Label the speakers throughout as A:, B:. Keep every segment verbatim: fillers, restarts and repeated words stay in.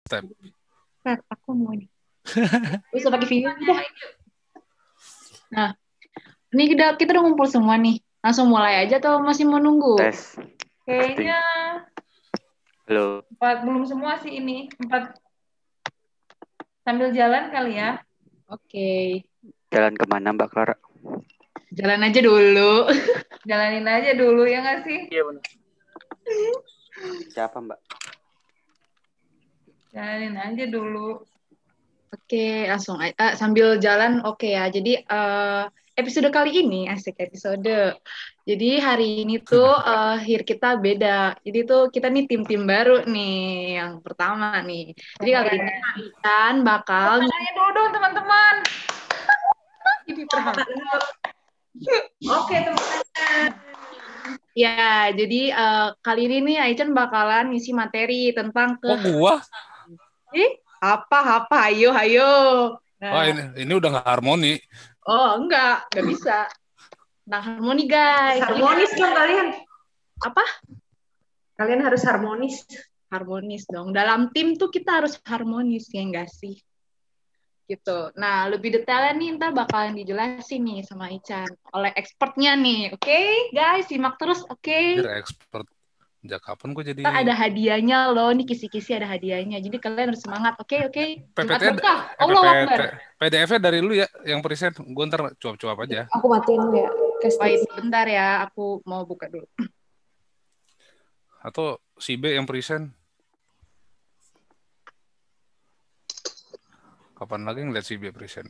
A: Step.
B: Step, aku mau nih. Bisa pakai video udah. Nah, ini kita, kita udah ngumpul semua nih. Langsung mulai aja atau masih mau nunggu?
C: Tes.
D: Kayaknya
C: Halo.
D: empat belum semua sih ini. Empat sambil jalan kali ya.
B: Oke.
C: Jalan kemana Mbak Clara?
B: Jalan aja dulu.
D: Jalanin aja dulu ya nggak sih?
A: Iya benar.
C: Siapa Mbak?
D: Jalanin aja dulu.
B: Oke, langsung aja. Sambil jalan, oke ya. Jadi eh, episode kali ini, asik episode. Jadi hari ini tuh eh, hir kita beda. Jadi tuh kita nih tim-tim baru nih. Yang pertama nih. Jadi kali ini Ican bakal
D: Tanya dulu dong teman-teman.
B: jadi terharu.
D: Oke teman-teman.
B: Ya, jadi eh, kali ini nih Aican bakalan ngisi materi tentang ke
A: Oh gua?
B: Ih, apa apa ayo ayo. Nah,
A: Wah ini ini udah nggak harmoni.
B: oh enggak, enggak bisa. Tentang harmoni guys.
E: Harmonis dong kalian.
B: Apa?
E: Kalian harus harmonis.
B: Harmonis dong. Dalam tim tuh kita harus harmonis ya enggak sih? Gitu. Nah, lebih detailnya nih ntar bakalan dijelasin nih sama Ican oleh expertnya nih. Oke, okay, guys, simak terus. Oke. Okay?
A: Biar expert. Sejak kapan gue jadi?
B: Ntar ada hadiahnya loh, nih kisi-kisi ada hadiahnya. Jadi kalian harus semangat. Oke, okay, oke. Okay.
A: P P T
B: Allah Akbar.
A: P D F-nya dari lu ya yang present. Gue ntar cuap-cuap aja.
E: Aku matiin ya.
B: Wait, bentar ya. Aku mau buka dulu.
A: Atau si B yang present. Kapan lagi ngeliat si B present?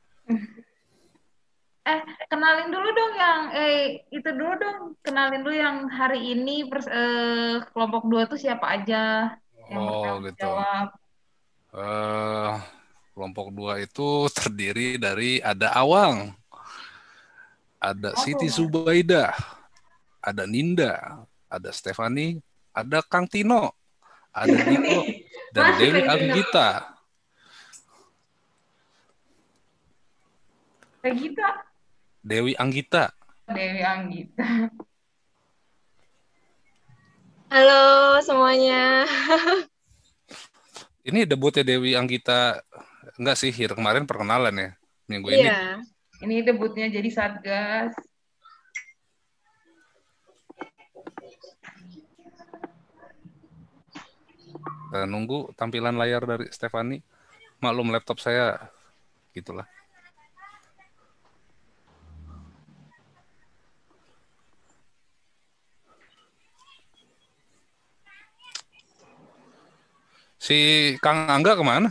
D: Eh, kenalin dulu dong yang eh itu dulu dong. Kenalin dulu yang hari ini pers, eh, kelompok dua tuh siapa aja yang
A: Oh
D: bertanggung
A: gitu.
D: jawab.
A: Uh, kelompok dua itu terdiri dari ada Awang, ada
D: Oh,
A: Siti Subaidah, ada Ninda, ada Stefani, ada Kang Tino, ada Diko, dan
E: Masih
A: Dewi
E: Kang Tino.
A: Anggita.
D: Regita.
A: Dewi Anggita.
D: Dewi Anggita.
F: Halo semuanya.
A: Ini debutnya Dewi Anggita. Enggak sih, Hir. Kemarin perkenalan ya. Minggu ini.
F: Iya.
D: Ini debutnya jadi Satgas.
A: Kita nunggu tampilan layar dari Stefani. Maklum laptop saya gitulah. Si Kang Angga kemana?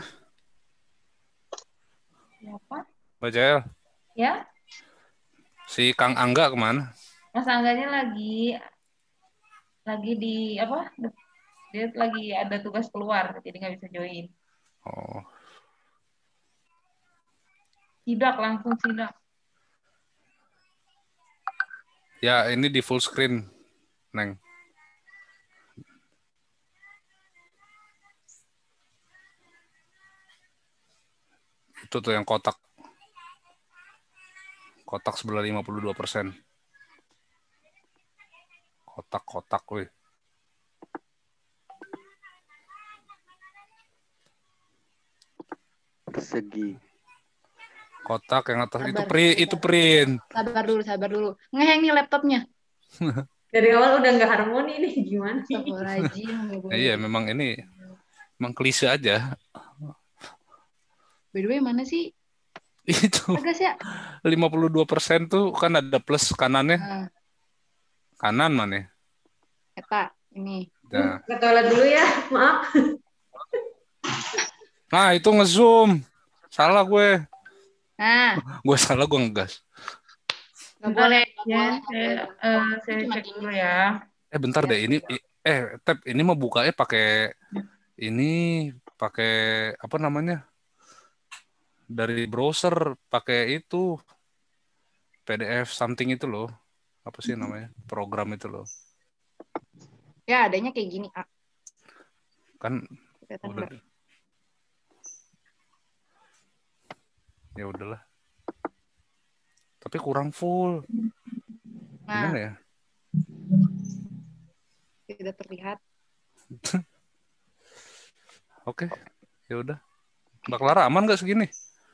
D: Siapa?
A: Mbak Jael.
D: Ya?
A: Si Kang Angga kemana?
D: Mas Angganya lagi lagi di apa? Dia lagi ada tugas keluar, jadi nggak bisa join.
A: Oh.
D: Sidak langsung sidak.
A: Ya, ini di full screen, Neng. Itu tuh yang kotak. Kotak sebelah lima puluh dua persen. Kotak-kotak, weh.
C: Persegi.
A: Kotak yang atas
B: Sabar,
A: itu print,
B: sabar.
A: itu print.
B: Sabar dulu, sabar dulu. Ngeheng nih laptopnya.
E: Dari awal udah nggak harmoni nih gimana?
B: Astagfirullahaladzim.
A: Iya, memang ini memang klise aja.
B: By the way, mana sih?
A: Itu
B: Bagas ya?
A: lima puluh dua persen tuh kan ada plus kanannya.
B: Nah,
A: Kanan mana?
B: eta, ini.
A: Nah,
E: Ke toilet dulu ya, maaf.
A: nah itu nge-zoom. Salah gue.
B: Nah,
A: Gue salah, gue ngegas.
B: nggak boleh. Nggak
D: Ya,
B: boleh.
D: saya,
B: nggak boleh.
D: eh,
B: Itu
D: saya
B: cuma
D: cek
B: gini.
D: dulu ya.
A: Eh bentar deh, ini eh Tep, ini mau bukanya pakai ini pakai apa namanya? Dari browser pakai itu P D F something itu loh. Apa sih namanya? Program itu loh.
B: Ya, adanya kayak gini. Ah,
A: Kan
B: kelihatan
A: udah.
B: nggak?
A: Ya udahlah. Tapi kurang full.
B: Nah,
A: Gimana ya?
B: tidak terlihat.
A: Oke, ya udah. Mbak Clara aman nggak segini?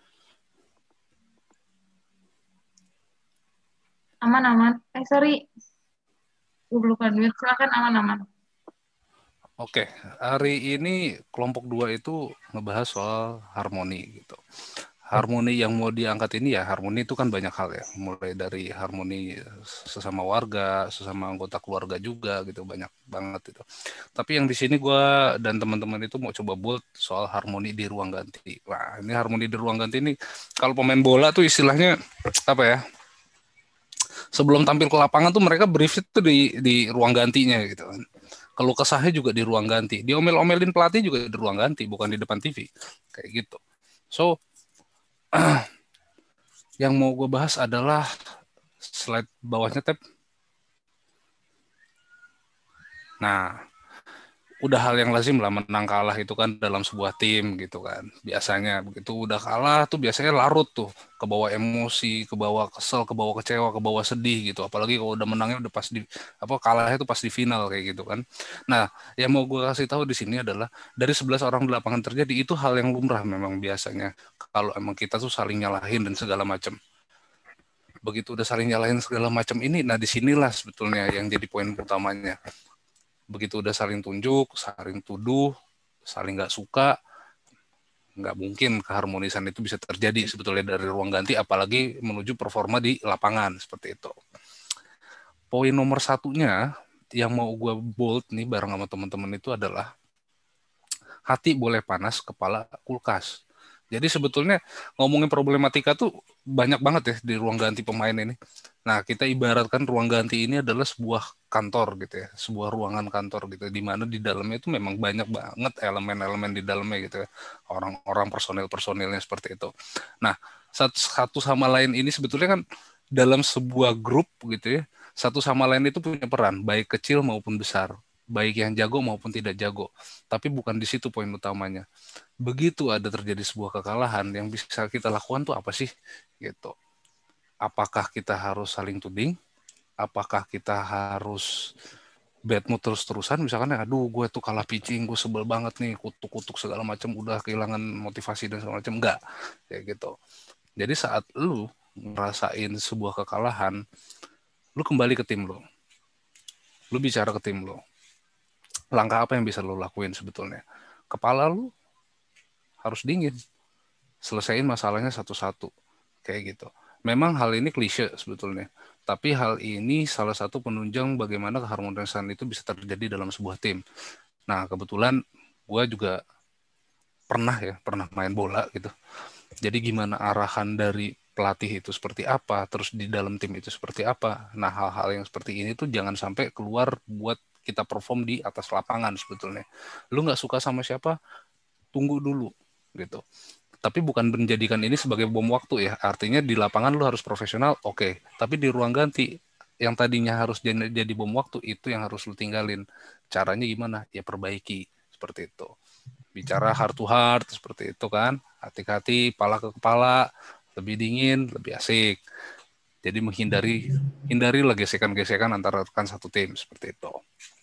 D: Aman-aman. Eh, sorry. Gue belum mute. Silakan aman-aman.
A: Oke, hari ini kelompok dua itu ngebahas soal harmoni gitu. Harmoni yang mau diangkat ini ya, harmoni itu kan banyak hal ya. Mulai dari harmoni sesama warga, sesama anggota keluarga juga gitu, banyak banget itu. Tapi yang di sini gue dan teman-teman itu mau coba buat soal harmoni di ruang ganti. Wah, ini harmoni di ruang ganti ini kalau pemain bola tuh istilahnya apa ya? Sebelum tampil ke lapangan tuh mereka brief itu di di ruang gantinya gitu kan. Kalau kesahnya juga di ruang ganti. Diomel-omelin pelatih juga di ruang ganti, bukan di depan T V. Kayak gitu. So, yang mau gue bahas adalah slide bawahnya, Tep. Nah, udah hal yang lazim lah menang kalah itu kan dalam sebuah tim gitu kan. Biasanya begitu udah kalah tuh biasanya larut tuh, ke bawah emosi, ke bawah kesel, ke bawah kecewa, ke bawah sedih gitu. Apalagi kalau udah menangnya udah pas di apa kalahnya itu pas di final kayak gitu kan. Nah, yang mau gue kasih tahu di sini adalah dari sebelas orang di lapangan terjadi itu hal yang lumrah memang biasanya. Kalau emang kita tuh saling nyalahin dan segala macam. Begitu udah saling nyalahin segala macam ini, nah disinilah sebetulnya yang jadi poin utamanya. Begitu udah saling tunjuk, saling tuduh, saling nggak suka, nggak mungkin keharmonisan itu bisa terjadi sebetulnya dari ruang ganti, apalagi menuju performa di lapangan seperti itu. Poin nomor satunya yang mau gue bold nih bareng sama teman-teman itu adalah hati boleh panas, kepala kulkas. Jadi sebetulnya ngomongin problematika tuh banyak banget ya di ruang ganti pemain ini. Nah, kita ibaratkan ruang ganti ini adalah sebuah kantor gitu ya, sebuah ruangan kantor gitu, di mana di dalamnya itu memang banyak banget elemen-elemen di dalamnya gitu ya, orang-orang personil-personilnya seperti itu. Nah, satu sama lain ini sebetulnya kan dalam sebuah grup gitu ya, satu sama lain itu punya peran, baik kecil maupun besar, baik yang jago maupun tidak jago. Tapi bukan di situ poin utamanya. Begitu ada terjadi sebuah kekalahan, yang bisa kita lakukan tuh apa sih gitu. Apakah kita harus saling tuding? Apakah kita harus bad mood terus-terusan? Misalkan, aduh gue tuh kalah pitching, gue sebel banget nih, kutuk-kutuk segala macam, udah kehilangan motivasi dan segala macam. Enggak, kayak gitu. Jadi saat lu ngerasain sebuah kekalahan, lu kembali ke tim lu. Lu bicara ke tim lu. Langkah apa yang bisa lu lakuin sebetulnya? Kepala lu harus dingin. Selesaiin masalahnya satu-satu. Kayak gitu. Memang hal ini klise sebetulnya. Tapi hal ini salah satu penunjang bagaimana keharmonisan itu bisa terjadi dalam sebuah tim. Nah, kebetulan gue juga pernah ya, pernah main bola gitu. Jadi gimana arahan dari pelatih itu seperti apa, terus di dalam tim itu seperti apa. Nah, hal-hal yang seperti ini tuh jangan sampai keluar buat kita perform di atas lapangan sebetulnya. Lu nggak suka sama siapa, tunggu dulu gitu. Tapi bukan menjadikan ini sebagai bom waktu ya. Artinya di lapangan lu harus profesional, oke. Okay. Tapi di ruang ganti, yang tadinya harus jadi bom waktu, itu yang harus lu tinggalin. Caranya gimana? Ya perbaiki. Seperti itu. Bicara heart to heart, seperti itu kan. Hati-hati, kepala ke kepala, lebih dingin, lebih asik. Jadi menghindari hindarilah gesekan-gesekan antara rekan satu tim. Seperti itu.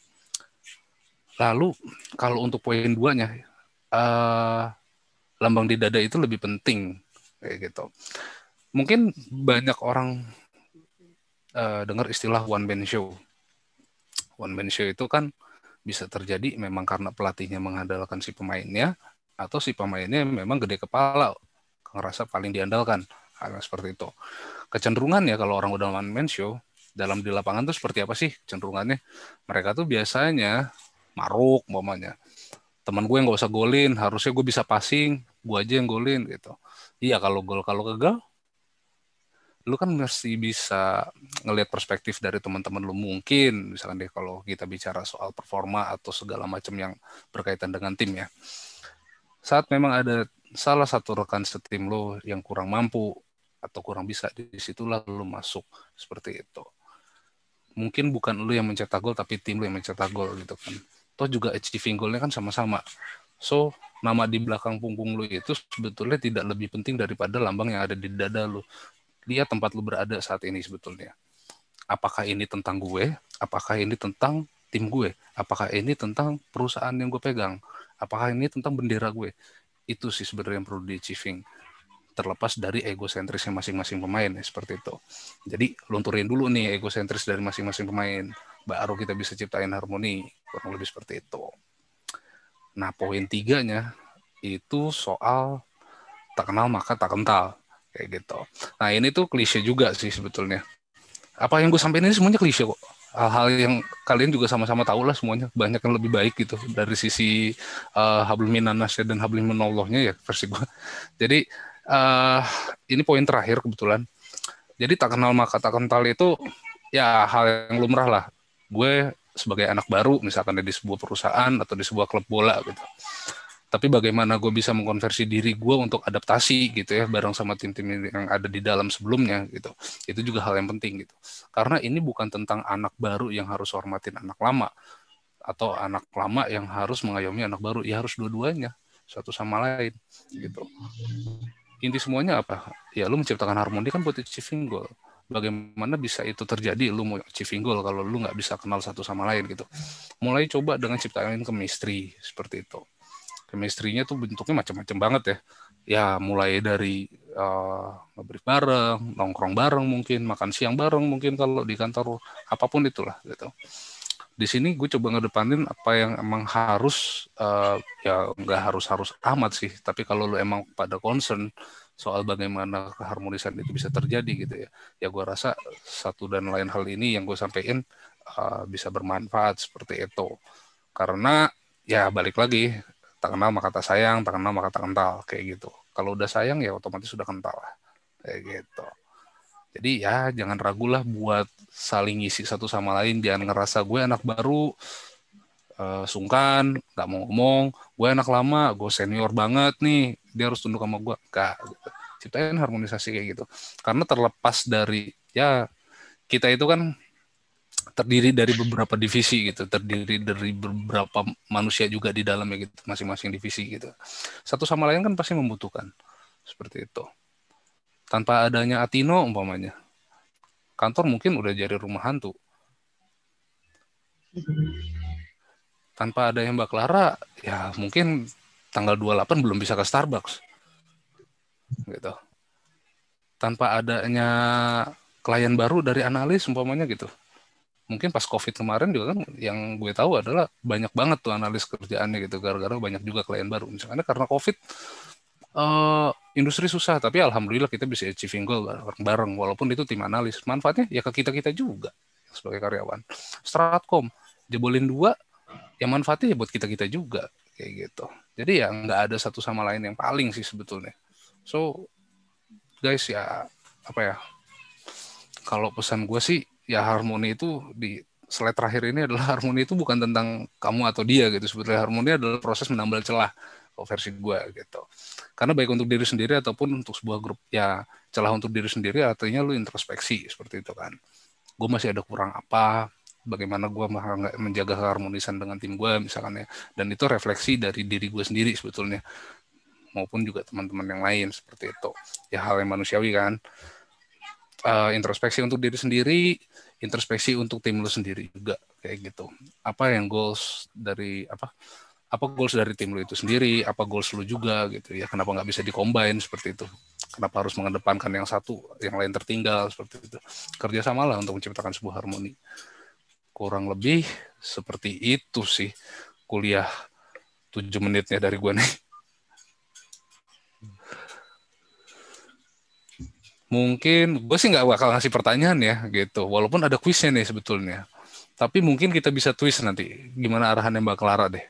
A: Lalu, kalau untuk poin duanya, uh, lambang di dada itu lebih penting kayak gitu. Mungkin banyak orang uh, dengar istilah one man show. One man show itu kan bisa terjadi memang karena pelatihnya mengandalkan si pemainnya atau si pemainnya memang gede kepala, ngerasa paling diandalkan. Hal seperti itu. Kecenderungannya kalau orang udah one man show dalam di lapangan tuh seperti apa sih cenderungannya? Mereka tuh biasanya maruk umpamanya. Teman gue nggak usah golin, harusnya gue bisa passing, gue aja yang golin gitu. Iya kalau gol kalau gagal, lu kan mesti bisa ngelihat perspektif dari teman-teman lu mungkin, misalkan deh kalau kita bicara soal performa atau segala macam yang berkaitan dengan tim ya. Saat memang ada salah satu rekan setim lu yang kurang mampu atau kurang bisa, disitulah lu masuk seperti itu. Mungkin bukan lu yang mencetak gol, tapi tim lu yang mencetak gol gitu kan. Toh juga achieving goalnya kan sama-sama. So, nama di belakang punggung lu itu sebetulnya tidak lebih penting daripada lambang yang ada di dada lu. Lihat tempat lu berada saat ini sebetulnya. Apakah ini tentang gue? Apakah ini tentang tim gue? Apakah ini tentang perusahaan yang gue pegang? Apakah ini tentang bendera gue? Itu sih sebenarnya yang perlu di-achieving. Terlepas dari egosentrisnya masing-masing pemain ya, seperti itu. Jadi lunturin dulu nih egosentris dari masing-masing pemain, baru kita bisa ciptain harmoni, kurang lebih seperti itu. Nah, poin tiganya itu soal tak kenal maka tak kental, kayak gitu. Nah, ini tuh klise juga sih sebetulnya. Apa yang gue sampaikan ini semuanya klise kok. Hal-hal yang kalian juga sama-sama tahu lah semuanya, banyak yang lebih baik gitu dari sisi uh, hablum minannasya dan hablum minallahnya ya versi gue. Jadi uh, ini poin terakhir kebetulan. Jadi tak kenal maka tak kental itu ya hal yang lumrah lah. Gue sebagai anak baru misalkan di sebuah perusahaan atau di sebuah klub bola gitu. Tapi bagaimana gue bisa mengkonversi diri gue untuk adaptasi gitu ya bareng sama tim-tim yang ada di dalam sebelumnya gitu. Itu juga hal yang penting gitu. Karena ini bukan tentang anak baru yang harus hormatin anak lama atau anak lama yang harus mengayomi anak baru. Ya harus dua-duanya satu sama lain gitu. Inti semuanya apa? Ya lu menciptakan harmoni kan buat achieving goal. Bagaimana bisa itu terjadi lu mau achieving goal kalau lu nggak bisa kenal satu sama lain gitu. Mulai coba dengan ciptain chemistry seperti itu. Chemistry-nya tuh bentuknya macam-macam banget ya. Ya mulai dari uh, ngebrief bareng, nongkrong bareng mungkin, makan siang bareng mungkin kalau di kantor, apapun itulah gitu. Di sini gue coba ngedepanin apa yang emang harus, uh, ya nggak harus-harus amat sih, tapi kalau lu emang pada concern soal bagaimana keharmonisan itu bisa terjadi gitu ya, ya gue rasa satu dan lain hal ini yang gue sampaikan uh, bisa bermanfaat seperti itu. Karena ya balik lagi, tak kenal maka tak sayang, tak kenal maka tak kental, kayak gitu. Kalau udah sayang ya otomatis sudah kental lah, kayak gitu. Jadi ya jangan ragu lah buat saling ngisi satu sama lain, jangan ngerasa gue anak baru, uh, sungkan, gak mau ngomong, gue anak lama, gue senior banget nih, dia harus tunduk sama gue, gak. Gitu. Ciptain harmonisasi kayak gitu. Karena terlepas dari, ya kita itu kan terdiri dari beberapa divisi gitu, terdiri dari beberapa manusia juga di dalamnya gitu, masing-masing divisi gitu. Satu sama lain kan pasti membutuhkan seperti itu. Tanpa adanya Atino umpamanya, kantor mungkin udah jadi rumah hantu. Tanpa ada yang Mbak Clara, ya mungkin tanggal dua puluh delapan belum bisa ke Starbucks. Gitu. Tanpa adanya klien baru dari analis umpamanya gitu. Mungkin pas COVID kemarin juga kan yang gue tahu adalah banyak banget tuh analis kerjaannya gitu, gara-gara banyak juga klien baru. Misalnya karena COVID uh, industri susah, tapi alhamdulillah kita bisa achieving goal bareng-bareng walaupun itu tim analis. Manfaatnya ya ke kita-kita juga sebagai karyawan. Stratcom jebolin dua, yang manfaatnya ya buat kita-kita juga kayak gitu. Jadi ya nggak ada satu sama lain yang paling sih sebetulnya. So guys ya apa ya? Kalau pesan gue sih ya harmoni itu di slide terakhir ini adalah harmoni itu bukan tentang kamu atau dia gitu. Sebetulnya harmoni adalah proses menambal celah versi gue gitu. Karena baik untuk diri sendiri ataupun untuk sebuah grup ya celah untuk diri sendiri artinya lu introspeksi seperti itu kan. Gue masih ada kurang apa? Bagaimana gue menjaga keharmonisan dengan tim gue misalkan ya. Dan itu refleksi dari diri gue sendiri sebetulnya maupun juga teman-teman yang lain seperti itu. Ya hal yang manusiawi kan. Uh, introspeksi untuk diri sendiri, introspeksi untuk tim lu sendiri juga kayak gitu. Apa yang goals dari apa? Apa goals dari tim lu itu sendiri? Apa goals lu juga gitu ya? Kenapa nggak bisa di-combine seperti itu? Kenapa harus mengedepankan yang satu, yang lain tertinggal seperti itu? Kerjasamalah untuk menciptakan sebuah harmoni. Kurang lebih seperti itu sih kuliah tujuh menitnya dari gua nih. Mungkin gue sih nggak bakal ngasih pertanyaan ya gitu, walaupun ada kuisnya nih sebetulnya. Tapi mungkin kita bisa twist nanti. Gimana arahannya Mbak Clara deh?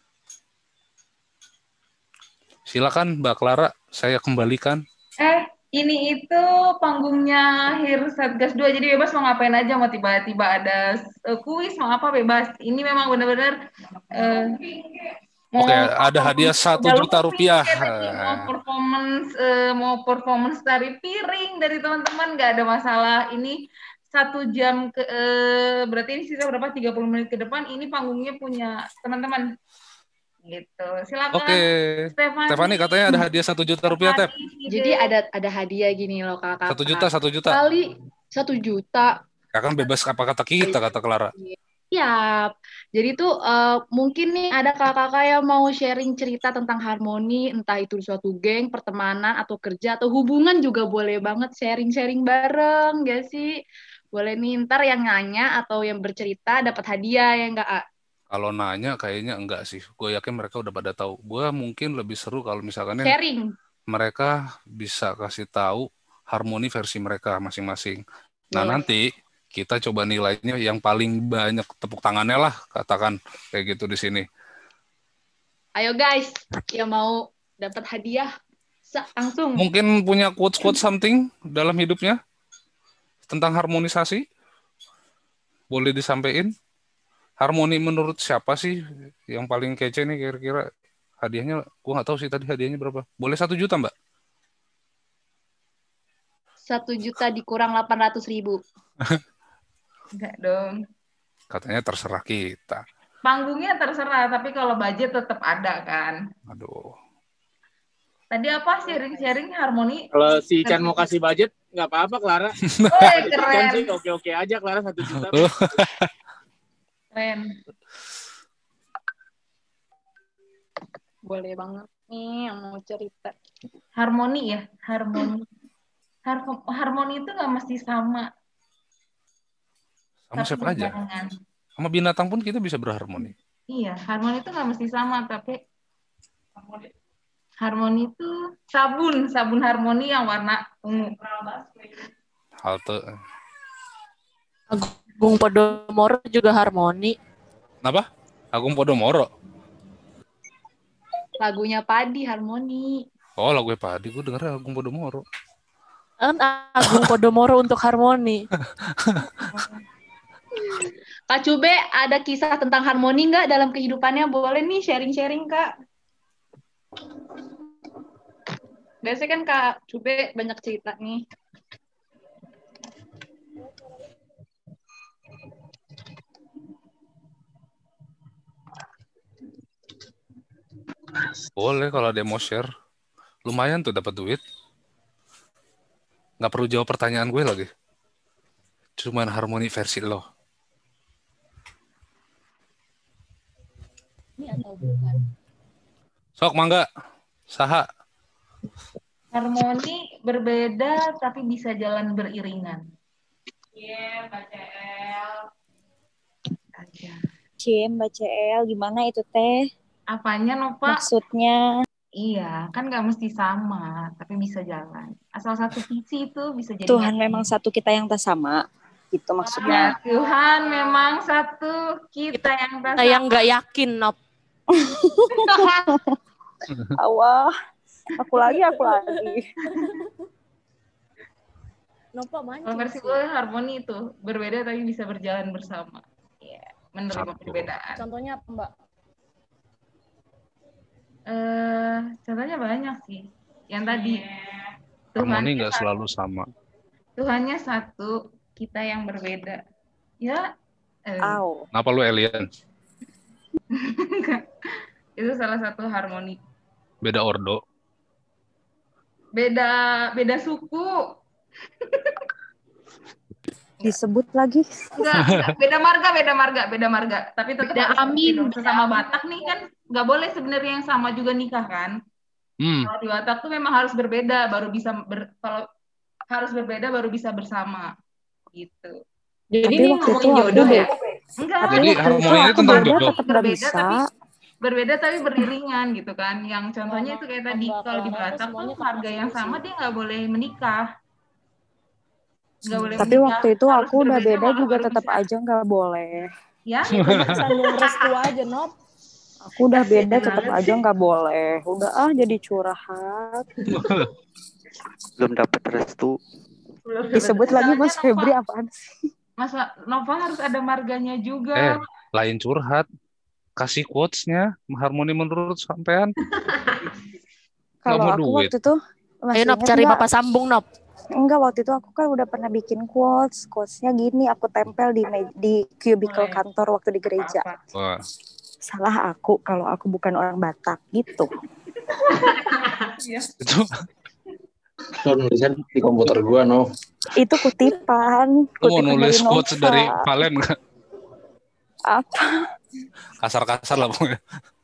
A: Silakan Mbak Clara, saya kembalikan.
D: Eh, ini itu panggungnya Hir Satgas dua, jadi bebas mau ngapain aja, mau tiba-tiba ada uh, kuis, mau apa bebas. Ini memang benar-benar uh,
A: Oke, okay, ada hadiah satu juta rupiah.
D: Mau performance, uh, mau performance dari piring dari teman-teman, nggak ada masalah. Ini satu jam ke, uh, berarti ini sisa berapa? tiga puluh menit ke depan. Ini panggungnya punya teman-teman. Gitu. Silakan.
A: Oke. Okay.
D: Stefani.
A: Stefani katanya ada hadiah satu juta rupiah, Tep.
B: Jadi ada ada hadiah gini loh kakak.
A: Satu juta, satu juta.
B: Kali satu juta.
A: Kakak bebas apa kata kita, kata Clara.
B: Siap. Jadi tuh eh, mungkin nih ada kakak-kakak yang mau sharing cerita tentang harmoni, entah itu suatu geng, pertemanan, atau kerja, atau hubungan juga boleh banget sharing-sharing bareng, gak sih? Boleh nih, ntar yang nanya atau yang bercerita dapat hadiah ya enggak? Ah?
A: Kalau nanya kayaknya enggak sih. Gue yakin mereka udah pada tahu. Gue mungkin lebih seru kalau misalkannya
B: Sharing.
A: mereka bisa kasih tahu harmoni versi mereka masing-masing. Nah,
B: Boleh.
A: nanti kita coba nilainya yang paling banyak tepuk tangannya lah, katakan kayak gitu di sini.
B: Ayo guys, yang mau dapat hadiah, sa- langsung.
A: Mungkin punya quotes-quotes something dalam hidupnya tentang harmonisasi, boleh disampaikan. Harmoni menurut siapa sih yang paling kece nih kira-kira? Hadiahnya, gue nggak tahu sih tadi hadiahnya berapa. Boleh satu juta, Mbak?
B: Satu juta dikurang delapan ratus ribu.
D: Enggak dong.
A: Katanya terserah kita.
D: Panggungnya terserah, tapi kalau budget tetap ada kan.
A: Aduh.
D: Tadi apa sharing-sharing harmoni?
G: Kalau si Chan mau kasih budget, nggak apa-apa, Clara.
D: Woi,
G: Budget si Chan sih
D: keren.
G: oke-oke aja, Clara, satu juta.
D: Keren.
B: Boleh banget nih yang mau cerita.
D: Harmoni ya, harmoni. Har- harmoni itu nggak mesti sama,
A: Sama
D: tapi
A: siapa aja?
D: berbarengan.
A: Sama binatang pun kita bisa berharmoni.
D: Iya, harmoni itu nggak mesti sama, tapi harmoni itu sabun, sabun harmoni yang warna ungu.
A: Halte.
H: Agung Podomoro juga harmoni.
A: Kenapa? Agung Podomoro.
B: Lagunya Padi, harmoni.
A: Oh, lagu Padi. Gue denger Agung Podomoro.
H: Kan Agung Podomoro untuk harmoni.
B: Kak Cube, ada kisah tentang harmoni nggak dalam kehidupannya? Boleh nih sharing-sharing, Kak. Biasanya kan Kak Cube banyak cerita nih.
A: Boleh kalau ada mau share. Lumayan tuh dapat duit. Nggak perlu jawab pertanyaan gue lagi. Cuman harmoni versi lo.
H: Ini atau bukan?
A: Sok, mangga. Saha.
D: Harmoni berbeda tapi bisa jalan beriringan.
E: Iya, Mbak C L.
D: Aja.
I: Cie, Mbak C L, gimana itu teh?
D: Apanya, Nova?
I: Maksudnya?
D: Iya, kan nggak mesti sama, tapi bisa jalan. Asal satu visi itu bisa jadi.
I: Tuhan memang satu, kita yang tak sama. Itu
D: Ya,
I: maksudnya.
D: Tuhan memang satu, kita yang tak
H: Kita yang nggak yakin, Nop.
I: Allah, aku lagi, aku lagi.
H: Nova
D: Kalau
H: mancing
D: versi
H: sih.
D: gue harmoni itu berbeda tapi bisa berjalan bersama. Ya, menerima
A: Satu.
D: perbedaan.
H: Contohnya apa, Mbak?
D: Eh, contohnya banyak sih. Yang tadi
A: Harmoni
D: Tuhannya
A: nggak
D: satu,
A: selalu sama.
D: Tuhannya satu, kita yang berbeda. Ya, eh,
I: Au.
A: Kenapa lu alien?
D: itu salah satu harmoni.
A: Beda ordo.
D: Beda beda suku.
I: Disebut lagi.
D: Enggak, enggak, beda marga, beda marga, beda marga. Tapi tetap
B: Beda
D: harus
B: amin,
D: dong.
B: beda
D: Sesama
B: amin.
D: Batak nih kan nggak boleh sebenarnya yang sama juga nikah kan.
A: Hmm.
D: Kalau di Batak tuh memang harus berbeda baru bisa ber, kalau harus berbeda baru bisa bersama gitu.
I: Jadi
E: ini
I: waktu itu
E: ngomongin
I: aku
E: jodoh
I: be-
E: ya?
D: Enggak,
I: Tapi
A: Jadi
I: waktu itu
A: harmoni ini
I: aku
A: tentang
I: beda
A: jodoh.
I: tetap gak
D: berbeda
I: bisa.
D: tapi berbeda tapi beriringan gitu kan. Yang contohnya itu kayak tadi
H: Mbak
D: kalau di
H: Clara tuh
D: Batak
H: semuanya
D: tuh harga yang
H: konstitusi.
D: sama dia nggak boleh menikah. Nggak boleh
I: Tapi
D: menikah.
I: waktu itu
D: Harus
I: aku udah
D: berbeda
I: beda
D: malah
I: juga
D: baru
I: tetap
D: bisa.
I: aja nggak boleh.
D: Ya,
H: Sandung restu aja, Nop.
I: Aku udah beda
E: Kasian
I: tetap
E: banget
I: aja nggak boleh. Udah ah jadi curhat.
C: Belum dapat restu.
I: Disebut lagi Mas
D: Masalahnya
I: Febri
D: Nova,
I: apaan sih?
D: masa Nova harus ada marganya
A: Eh,
D: juga.
A: lain curhat. Kasih quotes-nya. Harmoni menurut sampean. Nggak
I: Kalau
A: mau
I: aku
A: duit.
I: waktu itu
H: Ayo,
I: masih
H: Nop,
I: ingat
H: cari
I: nggak?
H: papa sambung, Nop.
I: Enggak, waktu itu aku kan udah pernah bikin quotes. Quotesnya gini, aku tempel di me- di cubicle
D: Boleh.
I: kantor waktu di gereja.
D: Apa-apa.
A: Wah,
I: Salah aku kalau aku bukan orang Batak gitu.
A: itu
J: Lo nulisnya di komputer gua, no.
I: Itu kutipan,
A: lu mau
I: kutipan
A: nulis
I: dari
A: quotes
I: Nova.
A: dari Valen nggak?
I: Apa?
A: Kasar-kasar lah pokoknya.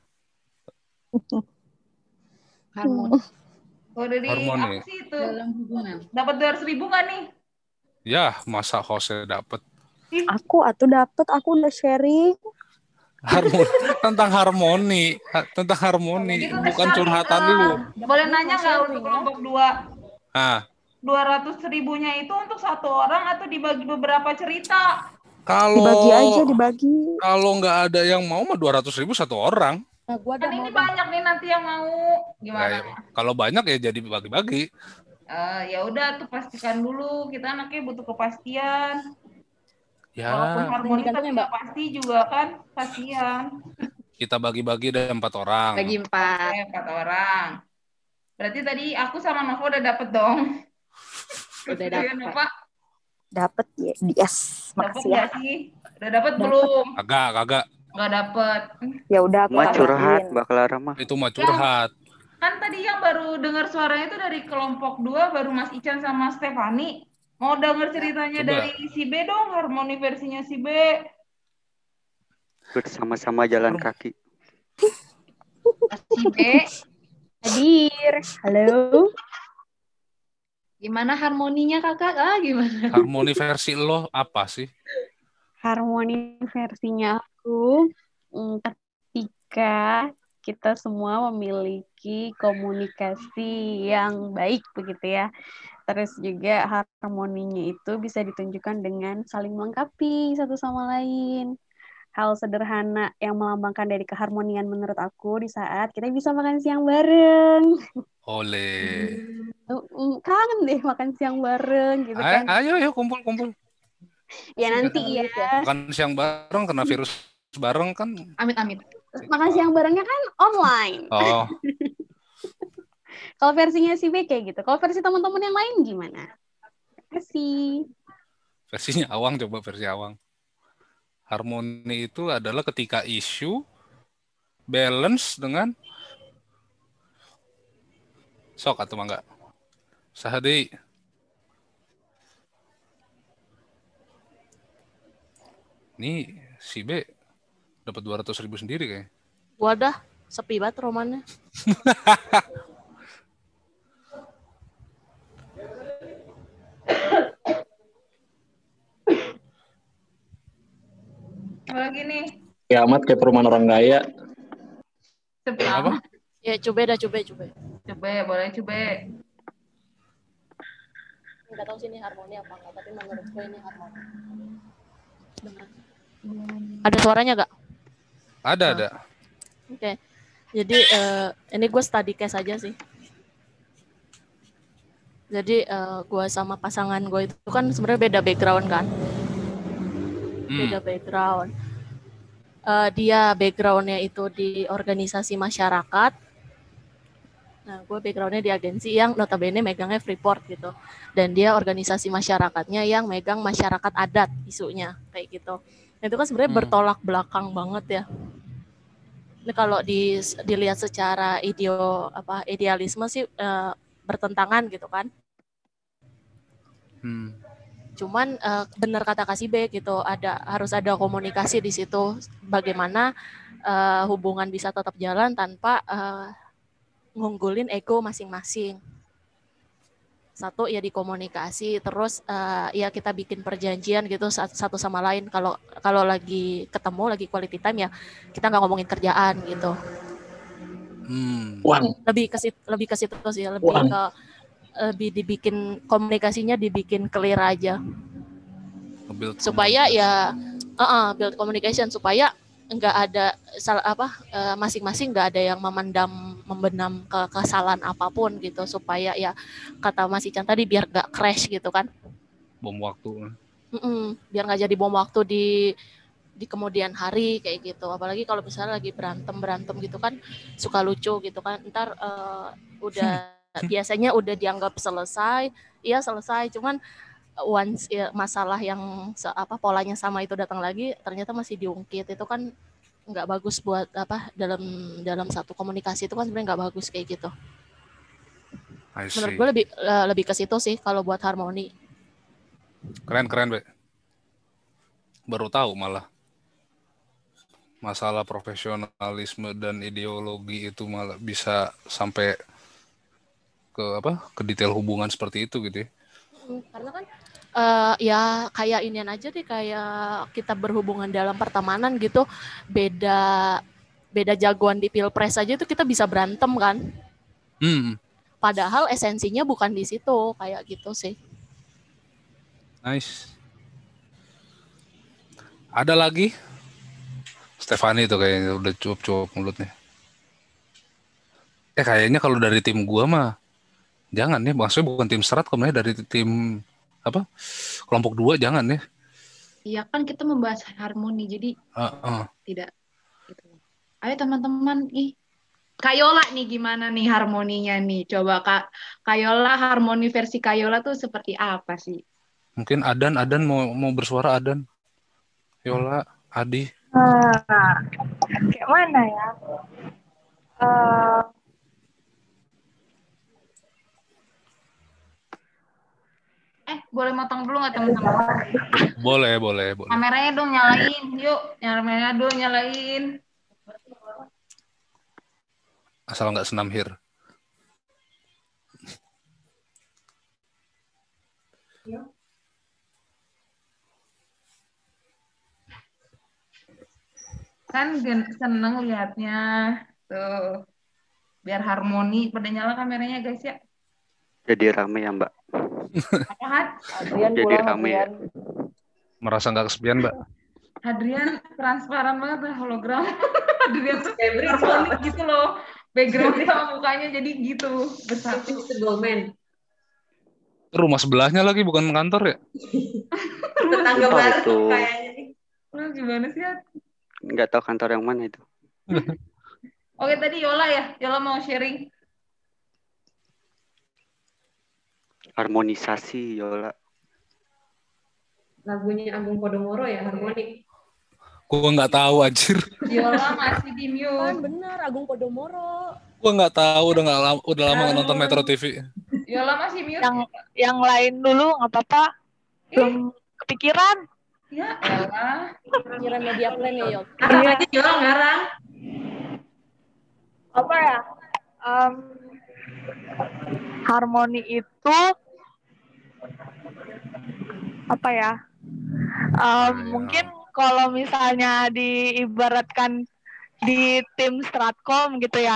B: Harmoni
D: Oh, dari
A: Harmoni.
D: aku sih itu
B: dalam hubungan.
D: dapat dua ratus ribu nggak nih?
A: Ya, masa hostnya dapet.
I: Aku atuh dapet, aku udah sharing.
A: Harmoni. Tentang harmoni. Ha- Tentang harmoni.
D: Itu
A: Bukan
D: sekali,
A: curhatan
D: eh,
A: lu.
D: boleh nanya nggak untuk kelompok dua?
A: Ah,
D: Dua ratus ribunya itu untuk satu orang atau dibagi beberapa cerita?
A: kalau
I: Dibagi aja, dibagi.
A: kalau nggak ada yang mau mah dua ratus ribu satu orang.
H: Nah, gua
D: Kan
H: ada
D: ini
H: mau dah.
D: banyak nih nanti yang mau. Gimana?
A: Ya, kalau banyak ya jadi bagi-bagi.
D: Eh, ya udah tuh pastikan dulu, kita anaknya butuh kepastian. Walaupun
A: Ya,
D: harmoni
H: Yang
D: tapi
H: digantungin, Mbak.
D: nggak pasti juga kan, kasihan.
A: kita bagi-bagi ada empat orang.
B: Bagi empat.
D: Oke, empat orang. Berarti tadi aku sama Nova udah dapet dong.
H: Udah
D: Ya,
H: dapet.
D: Nova,
I: Dapet ya, yes.
D: dapet
I: Makasih ya.
D: nggak sih? Udah dapet belum?
A: Kagak, kagak.
D: Nggak dapet.
I: Ya udah aku
C: Mah curhat,
I: tambahin.
C: Mbak Clara mah.
A: Itu mah curhat.
D: Kan tadi yang baru dengar suaranya itu dari kelompok dua, baru Mas Ican sama Stefani. Mau denger ceritanya
A: Coba.
D: dari si B dong, harmoni versinya si B.
C: Bersama-sama jalan kaki.
B: Si B,
I: Hadir. Halo.
B: gimana harmoninya kakak? Ah, gimana?
A: Harmoni versi lo apa sih?
K: Harmoni versinya aku mm, ketika kita semua memiliki komunikasi yang baik begitu ya. Terus juga harmoninya itu bisa ditunjukkan dengan saling melengkapi satu sama lain. Hal sederhana yang melambangkan dari keharmonian menurut aku di saat kita bisa makan siang bareng.
A: Oleh.
K: Mm, Kangen deh makan siang bareng gitu
A: Ayo,
K: kan.
A: ayo, ayo kumpul-kumpul.
K: Ya nanti ya.
A: Makan siang bareng kena virus bareng kan.
B: Amit-amit.
K: Makan siang barengnya kan online.
A: Oh,
K: Kalau versinya si B kayak gitu. Kalau versi teman-teman yang lain gimana? Terima kasih.
A: versinya Awang, coba versi Awang. Harmoni itu adalah ketika isu balance dengan sok atau enggak. Sahadi. Ini si B dapat dua ratus ribu sendiri kayaknya.
H: Gua dah sepi banget romannya.
D: Apalagi nih?
J: Kiamat kayak perumahan orang kaya.
D: Sepi
A: Apa?
D: amat.
H: Ya coba dah coba coba.
D: Coba ya, boleh coba.
H: Enggak tahu sih ini harmoni apa enggak, tapi menurut gue ini harmoni. Dengar. Ada suaranya gak?
A: Ada,
H: Oh.
A: ada.
H: Oke. Jadi eh, ini gue study case aja sih. Jadi eh, gue sama pasangan gue itu kan sebenarnya beda background kan. Beda background. Eh, dia backgroundnya itu di organisasi masyarakat. Nah, gue backgroundnya di agensi yang notabene megangnya Freeport gitu. Dan dia organisasi masyarakatnya yang megang masyarakat adat isunya kayak gitu. Nah, itu kan sebenarnya
A: Hmm.
H: bertolak belakang banget ya. Ini kalau di, dilihat secara ideo apa idealisme sih eh, bertentangan gitu kan.
A: Hmm.
H: Cuman eh, benar kata Kasih B gitu, ada harus ada komunikasi di situ bagaimana eh, hubungan bisa tetap jalan tanpa eh, ngunggulin ego masing-masing. Satu ya di komunikasi, terus eh, ya kita bikin perjanjian gitu sat- satu sama lain. Kalau kalau lagi ketemu lagi quality time ya kita nggak ngomongin kerjaan gitu.
A: Hmm.
J: Uang.
H: Lebih ke situ, lebih ke situ sih, lebih
J: Uang.
H: ke lebih dibikin komunikasinya dibikin clear aja.
A: Nge-build
H: Supaya
A: komunikasi.
H: ya uh-uh, build communication supaya nggak ada salah apa eh, masing-masing nggak ada yang memendam membenam ke kesalahan apapun gitu, supaya ya kata Mas Ican tadi biar nggak crash gitu kan.
A: bom waktu.
H: Mm-mm, biar nggak jadi bom waktu di di kemudian hari kayak gitu. Apalagi kalau misalnya lagi berantem berantem gitu kan suka lucu gitu kan, ntar eh, udah biasanya udah dianggap selesai, iya selesai, cuman once ya, masalah yang se- apa polanya sama itu datang lagi ternyata masih diungkit, itu kan nggak bagus buat apa dalam dalam satu komunikasi, itu kan sebenarnya nggak bagus kayak gitu.
A: I
H: Menurut
A: see.
H: gue lebih eh, lebih ke situ sih kalau buat harmoni.
A: Keren, keren, Be. Baru tahu malah. masalah profesionalisme dan ideologi itu malah bisa sampai ke apa ke detail hubungan seperti itu gitu ya.
H: Mm, karena kan uh, ya kayak inian aja deh, kayak kita berhubungan dalam pertemanan gitu, beda beda jagoan di pilpres aja itu kita bisa berantem kan.
A: Hmm.
H: Padahal esensinya bukan di situ, kayak gitu sih.
A: Nice. Ada lagi? Stefani tuh kayaknya udah cuap-cuap mulutnya. Eh kayaknya kalau dari tim gua mah jangan ya, maksudnya bukan tim Stratcom ya, dari tim apa? Kelompok dua jangan ya.
B: Iya kan kita membahas harmoni, jadi
A: Uh, uh.
B: tidak gitu. Ayo teman-teman, ih Kayola nih gimana nih harmoninya nih? Coba Kak Kayola, harmoni versi Kayola tuh seperti apa sih?
A: Mungkin Adan, Adan mau mau bersuara Adan. Yola, Adi.
I: Ah, kayak mana ya? Eh,
D: Eh, boleh motong dulu nggak teman-teman?
A: Boleh, boleh, boleh.
D: Kameranya dong nyalain, yuk. Kameranya dulu nyalain.
A: Asal nggak senam hir.
D: Kan gen- seneng liatnya. Tuh. Biar harmoni. Pada nyala kameranya guys ya.
C: Jadi rame ya Mbak.
D: Apa Had?
F: Adrian
C: Jadi
F: pulang,
C: rame ya.
F: Adrian.
A: Merasa nggak kesepian, Mbak?
D: Hadrian transparan banget lah, hologram. Hadrian tuh
E: Febri
D: harmonik
E: siapa?
D: gitu loh. Background sama mukanya jadi gitu. Bersatu.
E: Invisible Man.
A: Rumah sebelahnya lagi, bukan kantor ya?
E: Tetangga
C: Oh,
E: baru
C: itu.
E: kayaknya nih.
D: Lu gimana sih Had?
C: Nggak tahu kantor yang mana itu.
D: Oke tadi Yola ya. Yola mau sharing.
C: Harmonisasi Yola.
E: Lagunya Agung Podomoro ya, harmonik.
A: Gua nggak tahu, anjir.
D: Yola masih di
H: Kan
D: mute.
H: bener, Agung Podomoro.
A: Gua nggak tahu, udah nggak lama, udah lama nggak nonton Metro T V.
D: Yola masih mute.
I: yang yang lain dulu nggak apa-apa. Belum kepikiran.
D: Ya elah.
H: Kira media plan ya, Yok.
E: Ngarang aja Yola, ngarang.
I: Apa ya? Em, harmoni itu apa ya? Em, mungkin kalau misalnya diibaratkan di tim Stratcom gitu ya.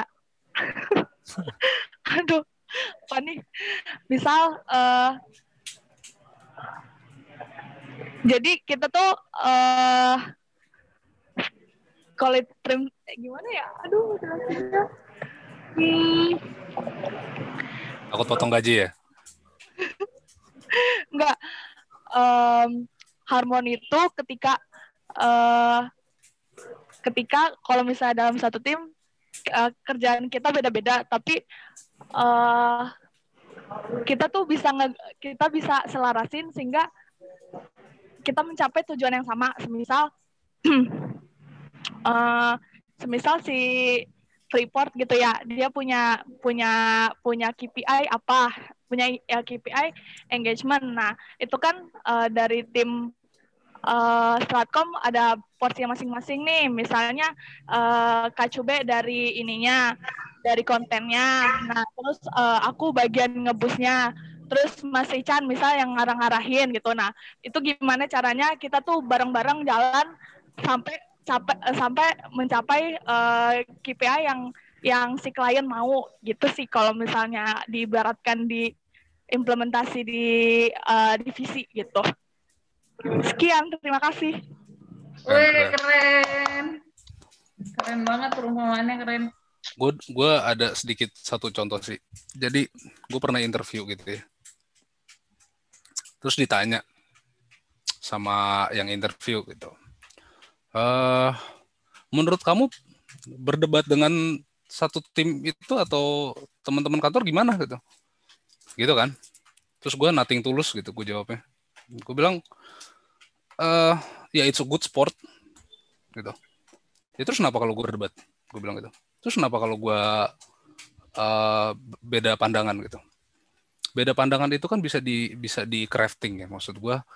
I: Aduh, apa nih? Misal eh jadi kita tuh eh kalau tim eh, gimana ya? Aduh, jelasinnya. Hmm,
A: Takut potong gaji ya?
I: enggak. Em, harmoni itu ketika eh ketika kalau misalnya dalam satu tim eh, kerjaan kita beda-beda, tapi eh kita tuh bisa nge- kita bisa selarasin sehingga kita mencapai tujuan yang sama. Semisal eh semisal si Freeport gitu ya, dia punya punya punya K P I apa, punya ya, K P I engagement. Nah itu kan eh, dari tim uh, Stratcom ada porsi masing-masing nih. Misalnya uh, Kak Cube dari ininya, dari kontennya. Nah, terus uh, aku bagian ngebusnya. Terus Mas Ican misal yang ngarang-ngarahin gitu. Nah, itu gimana caranya kita tuh bareng-bareng jalan sampai sampai sampai mencapai uh, K P I yang yang si klien mau gitu sih kalau misalnya diibaratkan di implementasi di uh, divisi gitu. Sekian, terima kasih.
D: Wih, keren. Keren banget perumpamaannya, keren.
A: Gue gue ada sedikit satu contoh sih. Jadi gue pernah interview gitu ya. Terus ditanya sama yang interview gitu. Uh, menurut kamu berdebat dengan satu tim itu atau teman-teman kantor gimana gitu? Gitu kan? Terus gue nothing tulus gitu, gue jawabnya. Gue bilang, uh, ya it's a good sport gitu. Ya terus kenapa kalau gue berdebat? Gue bilang gitu. Terus kenapa kalau gue uh, beda pandangan gitu? Beda pandangan itu kan bisa di bisa di crafting ya, maksud gue.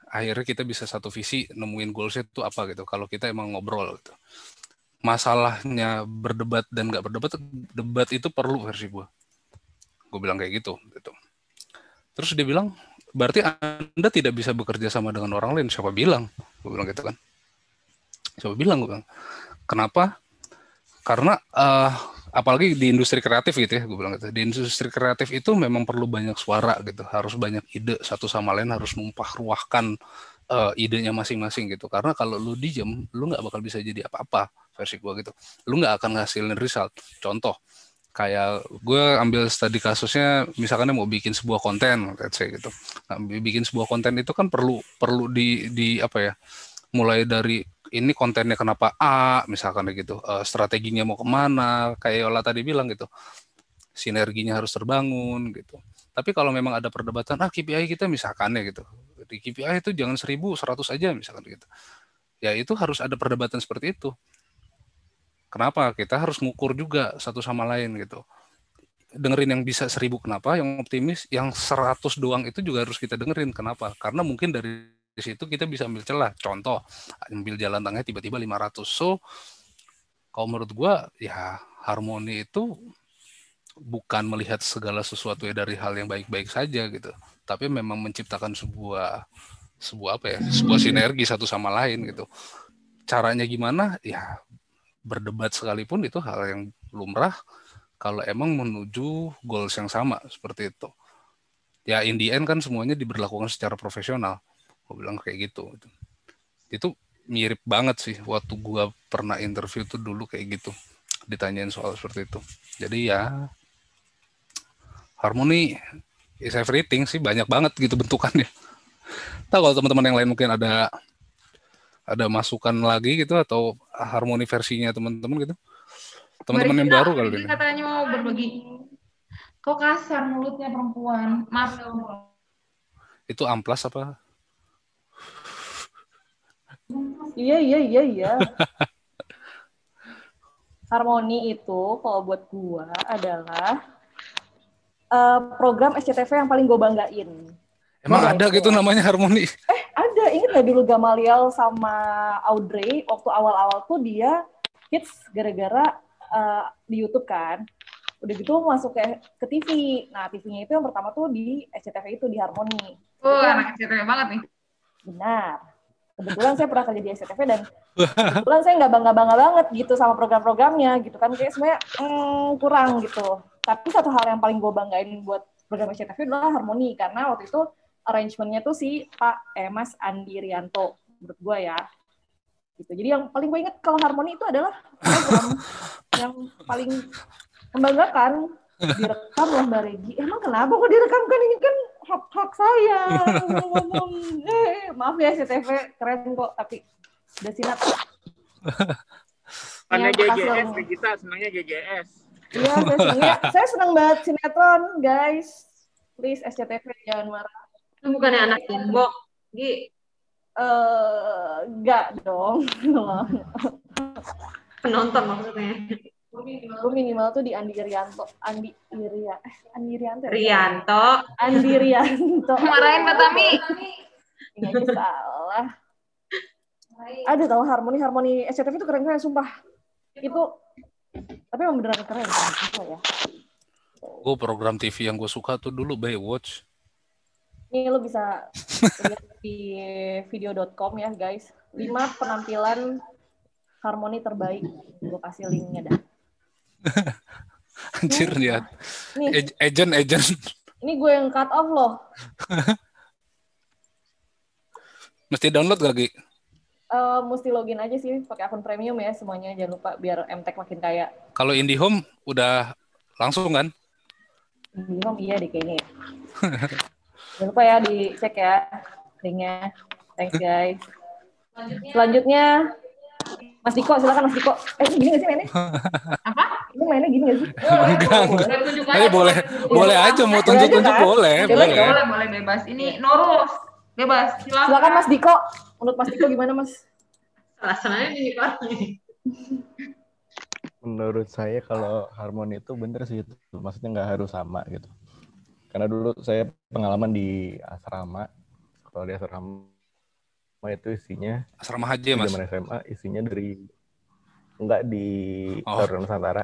A: akhirnya kita bisa satu visi nemuin goalsnya itu apa gitu. Kalau kita emang ngobrol gitu. Masalahnya berdebat dan nggak berdebat, debat itu perlu versi gue. Gue bilang kayak gitu. gitu. Terus dia bilang, berarti Anda tidak bisa bekerja sama dengan orang lain. Siapa bilang? Gue bilang gitu kan. Siapa bilang? Gue bilang. Kenapa? Karena uh, apalagi di industri kreatif gitu ya, gue bilang gitu. Di industri kreatif itu memang perlu banyak suara gitu. Harus banyak ide satu sama lain, harus numpah ruahkan uh, idenya masing-masing gitu. Karena kalau lu dijem, lu nggak bakal bisa jadi apa-apa versi gue gitu. Lu nggak akan ngasilin result. Contoh, kayak gue ambil studi kasusnya, misalkan mau bikin sebuah konten, let's say gitu. Nah, bikin sebuah konten itu kan perlu perlu di di apa ya? Mulai dari ini kontennya kenapa A, misalkan gitu, uh, strateginya mau kemana, kayak Yola tadi bilang gitu, sinerginya harus terbangun gitu. Tapi kalau memang ada perdebatan, ah K P I kita misalkan ya gitu, di K P I itu jangan seribu, seratus aja misalkan gitu. Ya itu harus ada perdebatan seperti itu. Kenapa? Kita harus ngukur juga satu sama lain gitu. Dengerin yang bisa seribu kenapa, yang optimis, yang seratus doang itu juga harus kita dengerin. Kenapa? Karena mungkin dari situ kita bisa ambil celah. Contoh, ambil jalan tengah tiba-tiba lima ratus. So, kalau menurut gue, ya harmoni itu bukan melihat segala sesuatu ya dari hal yang baik-baik saja gitu. Tapi memang menciptakan sebuah sebuah apa ya? Sebuah sinergi satu sama lain gitu. Caranya gimana? Ya berdebat sekalipun itu hal yang lumrah kalau emang menuju goals yang sama seperti itu. Ya in the end kan semuanya diberlakukan secara profesional. Gue bilang kayak gitu. Itu mirip banget sih waktu gue pernah interview tuh dulu kayak gitu. Ditanyain soal seperti itu. Jadi ya harmoni is everything sih, banyak banget gitu bentukannya. Tahu kalau teman-teman yang lain mungkin ada ada masukan lagi gitu atau harmoni versinya teman-teman gitu. Teman-teman yang baru kali ini.
D: Katanya mau berbagi. Kok kasar mulutnya perempuan? Maaf.
A: Itu amplas apa?
L: Iya, iya, iya, iya. Harmoni itu kalau buat gua adalah uh, program S C T V yang paling gue banggain.
A: Emang gua ada gitu namanya harmoni?
L: Eh, ada. Ingat gak dulu Gamaliel sama Audrey waktu awal-awal tuh dia hits gara-gara uh, di YouTube kan. Udah gitu masuk ke, ke T V. Nah, T V-nya itu yang pertama tuh di S C T V itu, di Harmoni.
D: Oh, anak S C T V banget nih.
L: Benar. Kebetulan saya pernah kerja di S C T V dan kebetulan saya nggak bangga-bangga banget gitu sama program-programnya gitu kan. Kayak sebenarnya hmm, kurang gitu. Tapi satu hal yang paling gue banggain buat program S C T V adalah Harmoni. Karena waktu itu arrangement-nya tuh si Pak eh, Mas Andi Rianto menurut gue ya. Gitu. Jadi yang paling gue ingat kalau Harmoni itu adalah program yang paling membanggakan. Direkam loh Mbak Regi. Emang kenapa kok direkam? Kan ini kan hak-hak saya. Ngomong. Eh, maaf ya S C T V, keren kok. Tapi udah sinat.
G: Karena J J S, kita senangnya J J S.
L: Iya, saya senangnya. Saya senang banget sinetron, guys. Please S C T V jangan marah.
E: Itu bukannya anak tembok, Gi?
L: Eh, enggak dong.
E: Penonton maksudnya.
L: Gue minimal tuh di Andi Rianto. Andi Iria. Eh, Andi Rianto.
E: Rianto.
L: Andi Rianto.
D: Marahin Pak Tami.
L: Ini aja salah. Ada tahu harmoni-harmoni S C T V itu keren-keren, sumpah. Itu, tapi emang beneran keren. Kan? Ya.
A: Gue program T V yang gue suka tuh dulu Baywatch.
L: Ini lo bisa lihat di video dot com ya, guys. lima penampilan harmoni terbaik. Gue kasih linknya dah.
A: Anjir lihat. Nih, agent agent.
L: Ini gue yang cut off loh.
A: Mesti download gak, Gi?
L: Uh, mesti login aja sih pakai akun premium ya semuanya, jangan lupa biar M Tech makin kaya.
A: Kalau IndiHome udah langsung kan?
L: IndiHome iya deh kayaknya. Jangan lupa ya dicek ya linknya. Thanks guys. Selanjutnya, Selanjutnya Mas Diko, silakan Mas Diko. Eh, ini gini nggak sih mainnya?
D: Apa?
L: Ini mainnya gini nggak sih?
A: Enggak, enggak. Tapi boleh, boleh aja mau tunjuk-tunjuk boleh,
D: boleh. Boleh, boleh bebas. Ini Norus, bebas. Silakan.
L: Silakan Mas Diko. Menurut Mas Diko gimana Mas?
E: Alasannya ini Pak.
M: Menurut saya kalau harmoni itu bener sih, itu maksudnya nggak harus sama gitu. Karena dulu saya pengalaman di asrama, kalau di asrama itu isinya
A: asrama haji ya, Mas?
M: Zaman S M A isinya dari enggak di
A: Oh.
M: Saruran Nusantara.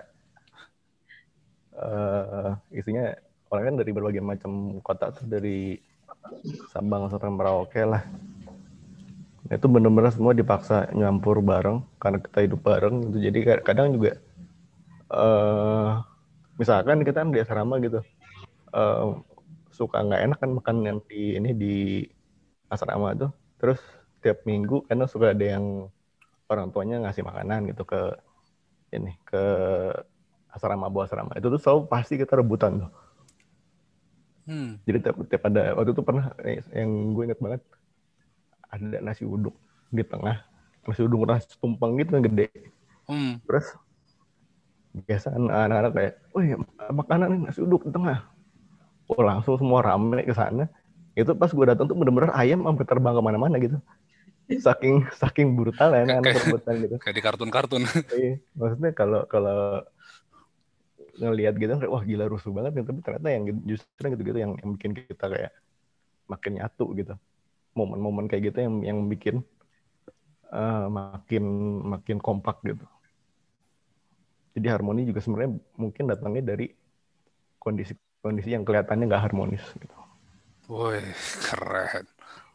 M: Uh, isinya orang kan dari berbagai macam kota tuh, dari Sabang sampai Merauke lah. Itu benar-benar semua dipaksa nyampur bareng karena kita hidup bareng gitu. Jadi kadang juga uh, misalkan kita kan di asrama gitu, uh, suka nggak enak kan makan yang di ini di asrama tuh. Terus tiap minggu karena suka ada yang orang tuanya ngasih makanan gitu ke ini ke asrama bawah asrama. Itu tuh selalu pasti kita rebutan tuh.
A: Hmm.
M: Jadi tiap, tiap ada waktu itu pernah yang gue inget banget ada nasi uduk di tengah, nasi uduk nasi tumpeng gitu yang gede.
A: Hmm.
M: Terus biasa anak-anak kayak, "Wih, makanan nasi uduk di tengah." Oh, langsung semua rame ke sana. Itu pas gue datang tuh bener-bener ayam sampai terbang kemana-mana gitu. Saking saking brutal ya anak-anak rebutan gitu.
A: Kayak di kartun-kartun.
M: Iya, maksudnya kalau kalau ngelihat gitu, wah gila rusuh banget, tapi ternyata yang justru gitu-gitu yang, yang bikin kita kayak makin nyatu gitu. Momen-momen kayak gitu yang yang bikin uh, makin makin kompak gitu. Jadi harmoni juga sebenarnya mungkin datangnya dari kondisi-kondisi yang kelihatannya nggak harmonis gitu.
A: Woi, keren.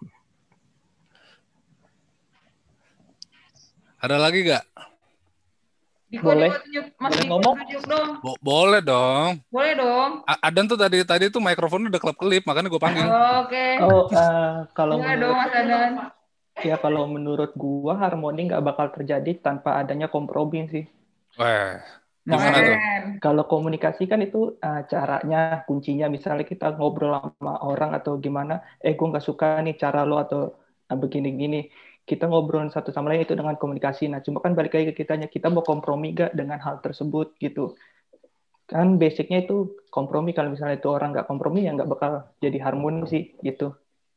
A: Ada lagi nggak?
D: Diko,
N: Boleh.
D: Diko, tunjuk, Mas
N: Boleh
D: Diko,
N: ngomong?
D: tunjuk dong.
A: Bo- boleh dong.
D: Boleh dong.
A: A- Adan tuh tadi tadi tuh mikrofonnya udah kelip-kelip, makanya gue panggil.
D: Oh, Oke.
N: Oh, uh, kalau
D: Boleh
N: menurut
D: dong, Mas Adan.
N: ya kalau menurut gua harmoni nggak bakal terjadi tanpa adanya kompromi sih.
A: Weh,
N: Nah,
A: gimana tuh?
N: kalau komunikasi kan itu uh, caranya, kuncinya misalnya kita ngobrol sama orang atau gimana, eh gue nggak suka nih cara lo atau uh, begini-gini. Kita ngobrol satu sama lain itu dengan komunikasi. Nah, cuma kan balik lagi ke kitanya, kita mau kompromi gak dengan hal tersebut gitu. Kan basicnya itu kompromi. Kalau misalnya itu orang nggak kompromi ya nggak bakal jadi harmoni sih gitu.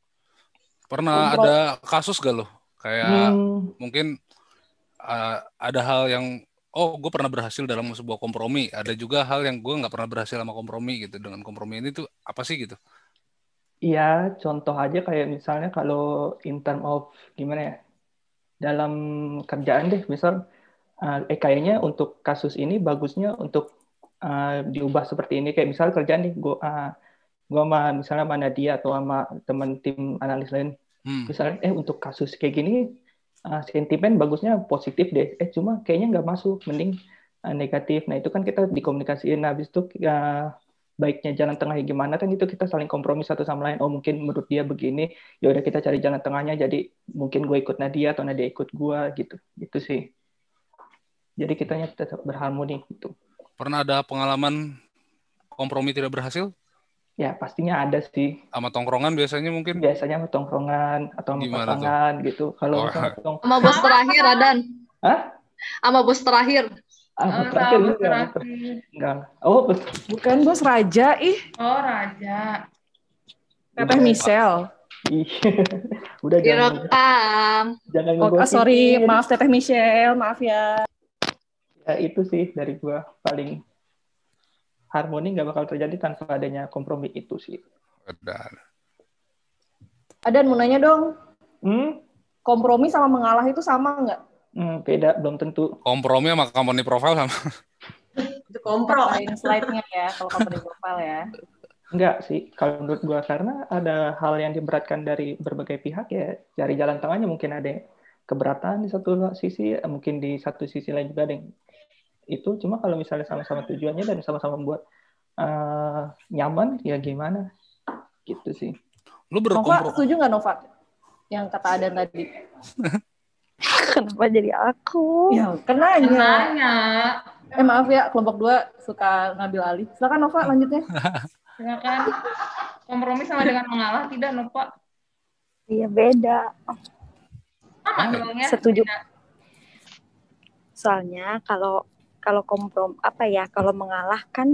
A: Pernah
N: Kompro-
A: ada kasus gak lo? Kayak
N: Hmm.
A: mungkin uh, ada hal yang oh gue pernah berhasil dalam sebuah kompromi. Ada juga hal yang gue nggak pernah berhasil sama kompromi gitu. Dengan kompromi ini tuh apa sih gitu?
N: Iya, contoh aja kayak misalnya kalau in term of gimana ya, dalam kerjaan deh, misal uh, eh kayaknya untuk kasus ini bagusnya untuk uh, diubah seperti ini. Kayak misal kerjaan nih, gue uh, gue sama misalnya sama Nadia atau sama teman tim analis lain,
A: Hmm.
N: misalnya eh untuk kasus kayak gini uh, sentimen bagusnya positif deh, eh cuma kayaknya nggak masuk, mending uh, negatif. Nah itu kan kita dikomunikasiin, nah, habis itu uh, baiknya jalan tengahnya gimana kan itu kita saling kompromi satu sama lain. Oh mungkin menurut dia begini, ya udah kita cari jalan tengahnya. Jadi mungkin gue ikut Nadia atau Nadia ikut gue gitu, gitu sih. Jadi kitanya tetap berharmoni gitu.
A: Pernah ada pengalaman kompromi tidak berhasil?
N: Ya pastinya ada sih.
A: Sama tongkrongan biasanya mungkin?
N: Biasanya sama tongkrongan atau sama
A: Gimana
N: pasangan gitu. Kalau
A: Oh.
N: misalnya tong,
F: Sama bos terakhir, Adan.
N: Hah?
F: Sama bos terakhir.
N: Ah,
D: Oh,
N: terakhir
D: sama
N: enggak,
D: terakhir.
N: enggak. Oh betul.
L: Bukan bos Raja, ih.
D: Oh, Raja.
L: Teteh Michelle.
N: Ih, udah jangan
F: Direkam.
N: jangan
L: Oh, ah,
N: ngegosipin.
L: sorry, maaf Teteh Michelle, maaf ya.
N: Ya itu sih dari gua paling harmoni nggak bakal terjadi tanpa adanya kompromi itu sih.
A: Benar.
L: Adan mau nanya dong,
N: Hmm?
L: kompromi sama mengalah itu sama nggak?
N: Hmm, beda belum tentu.
A: Kompromi sama company profile sama.
L: Itu kompro. Lain slide-nya ya, kalau company profile ya.
N: Enggak sih, kalau menurut gua karena ada hal yang diberatkan dari berbagai pihak ya cari jalan tengahnya. Mungkin ada yang keberatan di satu sisi, mungkin di satu sisi lain juga ada yang itu. Cuma kalau misalnya sama-sama tujuannya dan sama-sama membuat uh, nyaman, ya gimana? Gitu sih.
A: Lu
L: Nova,
A: berkompro.
L: setuju nggak Nova? Yang kata Adan tadi.
K: Kenapa jadi aku?
L: Ya, kenanya.
D: Nanya.
L: Eh maaf ya, kelompok dua suka ngambil alih. Silakan Nova, lanjutnya.
D: Silakan. Kompromi sama dengan mengalah tidak, Nova?
K: Iya beda.
D: Sama dong ya.
K: Setuju.
D: Beda.
K: Soalnya kalau kalau komprom apa ya, kalau mengalah kan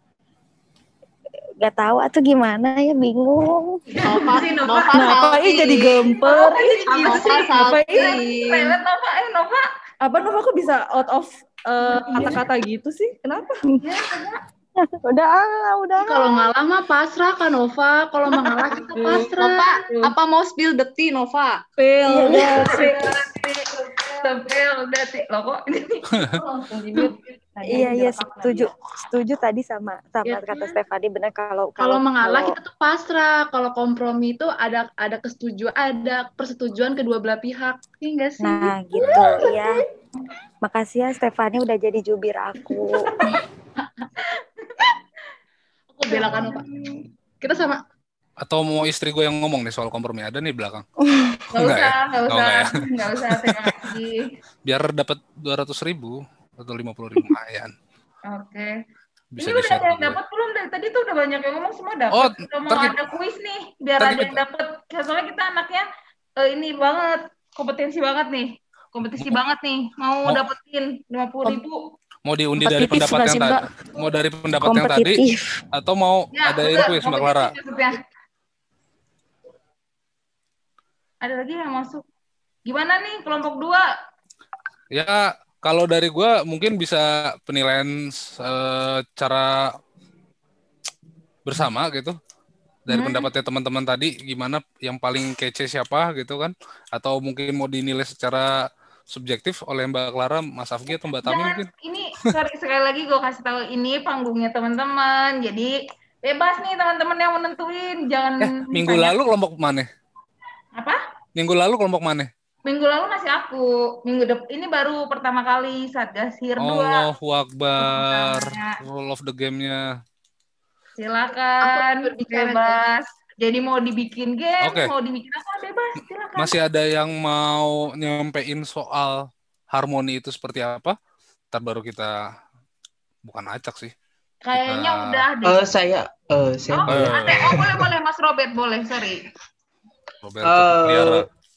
K: nggak tahu atau gimana ya, bingung.
F: Nova, Nova,
L: Kenapa ih jadi gemper? Ih,
F: Nova
L: Apa
F: salty.
L: ih?
D: Pelet Nova, eh Nova.
L: Apa Nova kok bisa out of uh, kata-kata gitu sih? Kenapa?
D: Ya, Nova.
O: Udah, ah, udah.
B: Kalau ngalah mah pasrah kan Nova. Kalau mengalah kita pasrah.
F: Nova, apa mau spill the tea, Nova?
B: Spill.
O: Iya,
D: Spill the tea. Loh kok ini langsung di mute.
O: Iya, iya, setuju. Setuju tadi sama sama kata Stefani, benar kalau
B: Kalau mengalah
O: kalau-
B: kita tuh pasrah. Kalau kompromi itu ada ada kesetujuan, ada persetujuan kedua belah pihak. Iya enggak sih?
O: Nah, gitu, iya. Makasih ya Stefani udah jadi jubir aku.
B: Aku belakan Nova. Kita sama.
A: Atau mau istri gue yang ngomong nih soal kompromi? Ada nih belakang.
D: Nggak
A: Enggak
D: usah,
A: ya?
D: nggak
A: Oh,
D: usah,
A: enggak ya?
D: nggak usah. Terima kasih.
A: Biar dapat dua ratus ribu atau lima puluh ribu lumayan.
D: Oke.
A: Bisa
D: Ini udah
A: di-share
D: ada yang
A: ke gue.
D: dapat belum? Dari tadi tuh udah banyak yang ngomong, semua dapat.
A: Oh,
D: Udah mau
A: ntar kita-
D: ada kuis nih, biar
A: ntar
D: ada
A: kita-
D: yang dapat. Soalnya kita anaknya eh, ini banget, kompetensi banget nih. Kompetisi banget nih. Mau
A: Mau-
D: dapetin lima puluh ribu.
A: Mau diundi dari
H: Kompetitif
A: pendapat
H: nggak
A: yang
H: sih,
A: tadi,
H: Mbak?
A: mau dari pendapat yang tadi,
O: Kompetitif.
A: atau mau
D: Ya,
A: adain
D: betul.
A: kuis Mbak Clara?
D: Kompetitif maksudnya. Ada lagi yang masuk. Gimana nih kelompok dua?
A: Ya, kalau dari gue mungkin bisa penilaian secara bersama gitu. Dari
D: Hmm.
A: pendapatnya teman-teman tadi, gimana yang paling kece siapa gitu kan? Atau mungkin mau dinilai secara subjektif oleh Mbak Clara, Mas Afgi atau Mbak Tami
D: Jangan,
A: mungkin?
D: ini sorry, sekali lagi gue kasih tahu ini panggungnya teman-teman. Jadi bebas nih teman-teman yang menentuin. Jangan
A: Minggu
D: tanya,
A: lalu kelompok mana?
D: apa?
A: Minggu lalu kelompok mana?
D: Minggu lalu masih aku. Minggu depan ini baru pertama kali Satgas Hir dua.
A: Allahu Akbar. Love the game-nya.
D: Silakan, bebas. Jadi mau dibikin game,
A: Oke.
D: mau dibikin apa bebas, silakan.
A: Masih ada yang mau nyampein soal harmoni itu seperti apa? Ntar baru kita bukan acak sih.
D: Kayaknya
A: Kita-
D: udah deh.
P: Eh, saya eh saya
D: Oh,
P: boleh.
D: ada. Oh, boleh boleh Mas Robert, boleh, sorry.
A: Roberto
P: Eh,
A: Pugliara.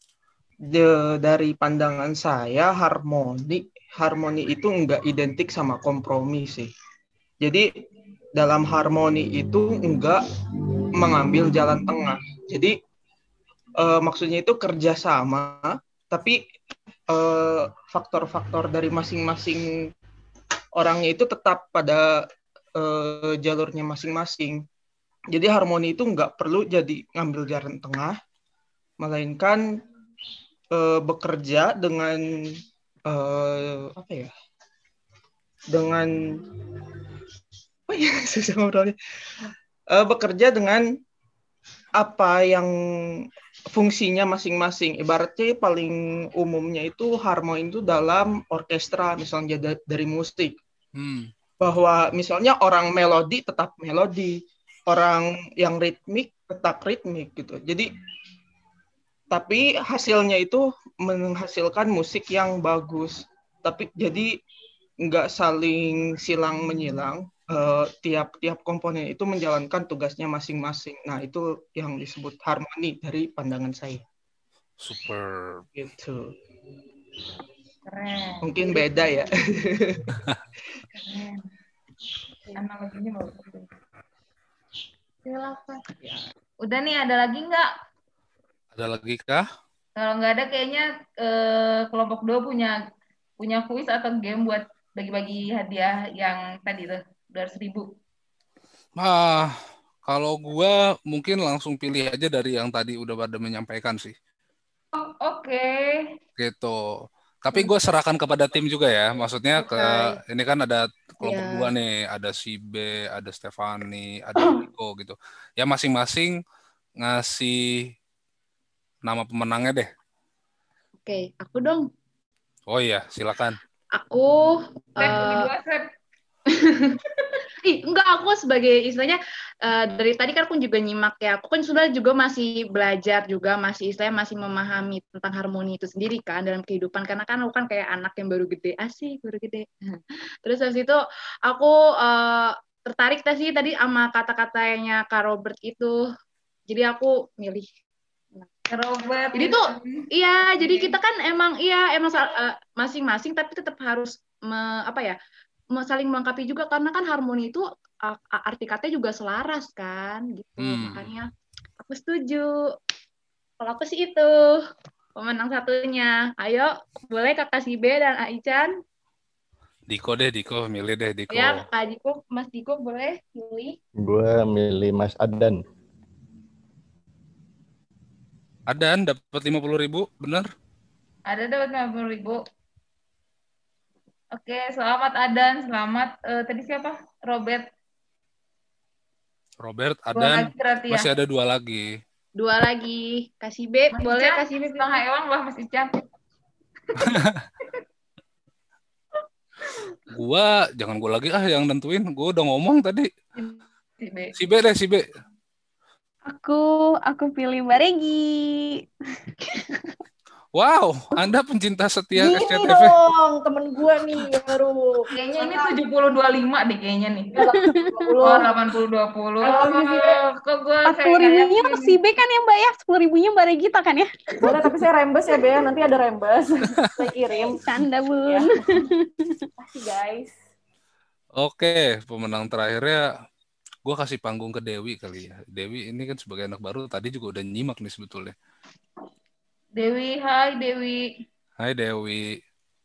P: de- dari pandangan saya harmoni harmoni itu enggak identik sama kompromi sih. Jadi dalam harmoni itu enggak mengambil jalan tengah. Jadi eh, maksudnya itu kerjasama, tapi eh, faktor-faktor dari masing-masing orangnya itu tetap pada eh, jalurnya masing-masing. Jadi harmoni itu nggak perlu jadi ngambil jalan tengah, melainkan eh, bekerja dengan eh, apa ya? Dengan apa ya susah ngobrolnya. Eh, bekerja dengan apa yang fungsinya masing-masing. Ibaratnya paling umumnya itu harmoni itu dalam orkestra, misalnya da- dari musik.
A: Hmm.
P: Bahwa misalnya orang melodi tetap melodi, orang yang ritmik tetap ritmik gitu. Jadi tapi hasilnya itu menghasilkan musik yang bagus. Tapi jadi nggak saling silang menyilang. Eh, tiap-tiap komponen itu menjalankan tugasnya masing-masing. Nah, itu yang disebut harmoni dari pandangan saya.
A: Super.
P: Gitu.
D: Keren.
P: Mungkin beda ya.
D: Keren. Analoginya bagus. Silakan. Udah nih, ada lagi nggak?
A: Ada lagi kah?
D: Kalau nggak ada, kayaknya eh, kelompok dua punya punya kuis atau game buat bagi-bagi hadiah yang tadi tuh dua ratus ribu.
A: Ah, kalau gua mungkin langsung pilih aja dari yang tadi udah pada menyampaikan sih.
D: Oh, oke.
A: Gitu. Tapi gue serahkan kepada tim juga ya. Maksudnya ke
B: Oke.
A: ini kan ada kelompok
B: Iya.
A: dua nih, ada si B, ada Stefani, ada Nico gitu. Ya masing-masing ngasih nama pemenangnya deh.
B: Oke, aku dong.
A: Oh iya, silakan.
B: Aku
D: Sep,
B: eh,
D: bagi dua, Sep.
B: Ih, enggak, aku sebagai istilahnya eh, dari tadi kan aku juga nyimak ya. Aku kan sudah juga masih belajar juga, masih istilahnya masih memahami tentang harmoni itu sendiri kan dalam kehidupan. Karena kan aku kan kayak anak yang baru gede, asik baru gede. Terus habis itu aku eh, tertarik tadi tadi sama kata-katanya Kak Robert itu. Jadi aku milih.
D: Robert.
B: Jadi tuh, iya, jadi kita kan emang iya emang sa- eh, masing-masing, tapi tetap harus me- apa ya? me- saling melengkapi juga karena kan harmoni itu uh, arti katanya juga selaras kan gitu.
A: Hmm.
B: Makanya aku setuju. Kalau aku sih itu pemenang satunya. Ayo, boleh Kakak Sibe dan Aichan.
A: Diko deh, Diko. Milih deh, Diko.
B: Ya, Kak Diko, Mas Diko boleh milih.
M: Gue milih Mas Adan.
A: Adan dapat lima puluh ribu, bener?
D: Ada dapat lima puluh ribu. Oke, selamat Adan. Selamat. eh, tadi siapa? Robert.
A: Robert,
D: Dua
A: Adan.
D: lagi berarti ya.
A: Masih ada dua lagi.
B: Dua lagi. Kasih B,
D: Mas
B: boleh
D: Ican,
B: kasih B.
D: setengah ewang lah Mas Ican.
A: Gua, jangan gua lagi ah yang nentuin. Gua udah ngomong tadi.
D: Si B.
A: Si B deh, si B.
K: Aku, aku pilih Mbak Regi.
A: Wow, Anda pencinta setia
L: Gini
A: S C T V.
L: dong, temen gue nih baru.
D: Kayaknya ini tujuh puluh dua puluh lima deh kayaknya nih.
L: delapan puluh.
D: Oh, delapan puluh dua puluh. Kok gue
K: Empat puluh ribunya untuk si B kan ya Mbak ya, sepuluh ribunya Mbak Regita kan ya.
L: Boleh, tapi saya rembes ya Bea, nanti ada rembes. Saya kirim.
K: Canda bun.
L: Ya. Makasih guys.
A: Oke, pemenang terakhirnya gue kasih panggung ke Dewi kali ya. Dewi ini kan sebagai anak baru tadi juga udah nyimak nih sebetulnya.
D: Dewi, hai Dewi.
A: Hai Dewi.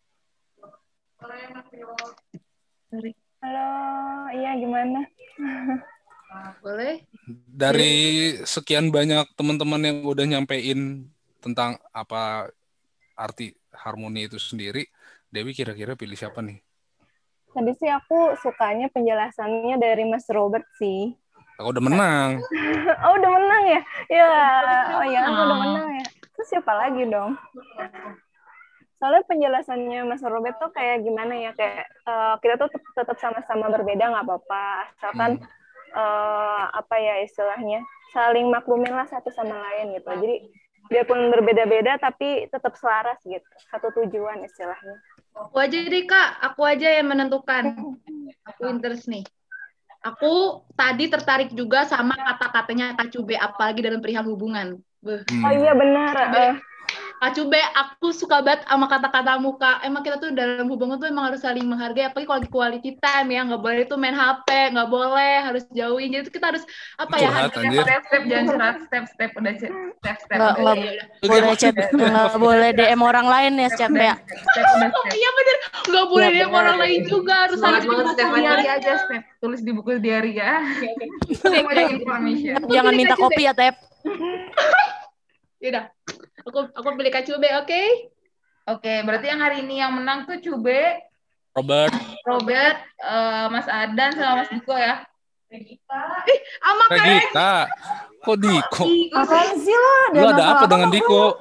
Q: Halo, iya gimana?
B: Boleh.
A: Dari sekian banyak teman-teman yang udah nyampein tentang apa arti harmoni itu sendiri, Dewi kira-kira pilih siapa nih?
Q: Tadi sih aku sukanya penjelasannya dari Mas Robert sih.
A: Aku udah menang.
Q: Oh, udah menang ya? Ya, oh ya, aku udah menang ya. Terus siapa lagi dong? Soalnya penjelasannya Mas Robert tuh kayak gimana ya, kayak uh, kita tuh tetap sama-sama berbeda nggak apa-apa, asalkan hmm. uh, apa ya istilahnya, saling maklumin lah satu sama lain gitu. Jadi biarpun berbeda-beda tapi tetap selaras gitu, satu tujuan istilahnya.
B: Aku aja deh Kak, aku aja yang menentukan. Aku interest nih. Aku tadi tertarik juga sama kata-katanya Kak Cube, apalagi dalam perihal hubungan. Beuh.
Q: Oh iya benar. Uh.
B: Kak Cube, aku suka banget sama kata-katamu Kak. Emang kita tuh dalam hubungan tuh emang harus saling menghargai, apalagi kalau lagi quality time ya, nggak boleh itu main H P, nggak boleh, harus jauhin. Jadi kita harus apa ya?
D: Step-step, jangan curhat, step-step udah step-step.
H: Nggak nggak boleh chat, nggak boleh D M orang lain ya Chat ya.
B: Iya bener, nggak boleh D M orang lain juga, harus saling
D: diary aja, step tulis di buku diary ya.
H: Jangan minta kopi ya Tep.
B: Yaudah, aku aku pilih Kak Cube, oke? Okay?
D: Oke, okay, berarti yang hari ini yang menang tuh Cube,
A: Robert,
D: Robert, uh, Mas Adan sama Mas Diko ya.
B: Regita. Ih, sama Kak
A: Regita. Kok Diko?
L: Apaan sih lo?
A: Lu ada apa dengan Diko?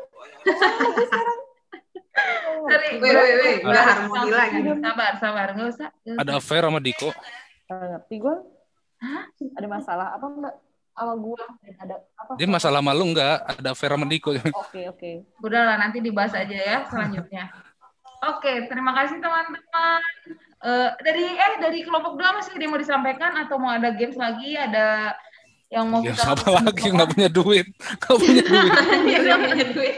D: Sorry, wait, wait, wait. Nggak harmoni lagi. Sabar, sabar. Nggak usah.
A: Ada affair sama Diko?
L: Ngerti gue. Ada masalah apa enggak? Sama gue ada apa?
A: Dia masalah malu enggak? Ada affair sama Diko.
L: Oke, okay, oke. Okay.
D: Udahlah, nanti dibahas aja ya selanjutnya. Oke, okay, terima kasih teman-teman. Uh, dari eh dari kelompok dua masih ada yang mau disampaikan atau mau ada games lagi? Ada yang mau
A: games
D: kita
A: apa lagi? Nggak punya duit. Nggak punya duit.
D: Nggak punya duit.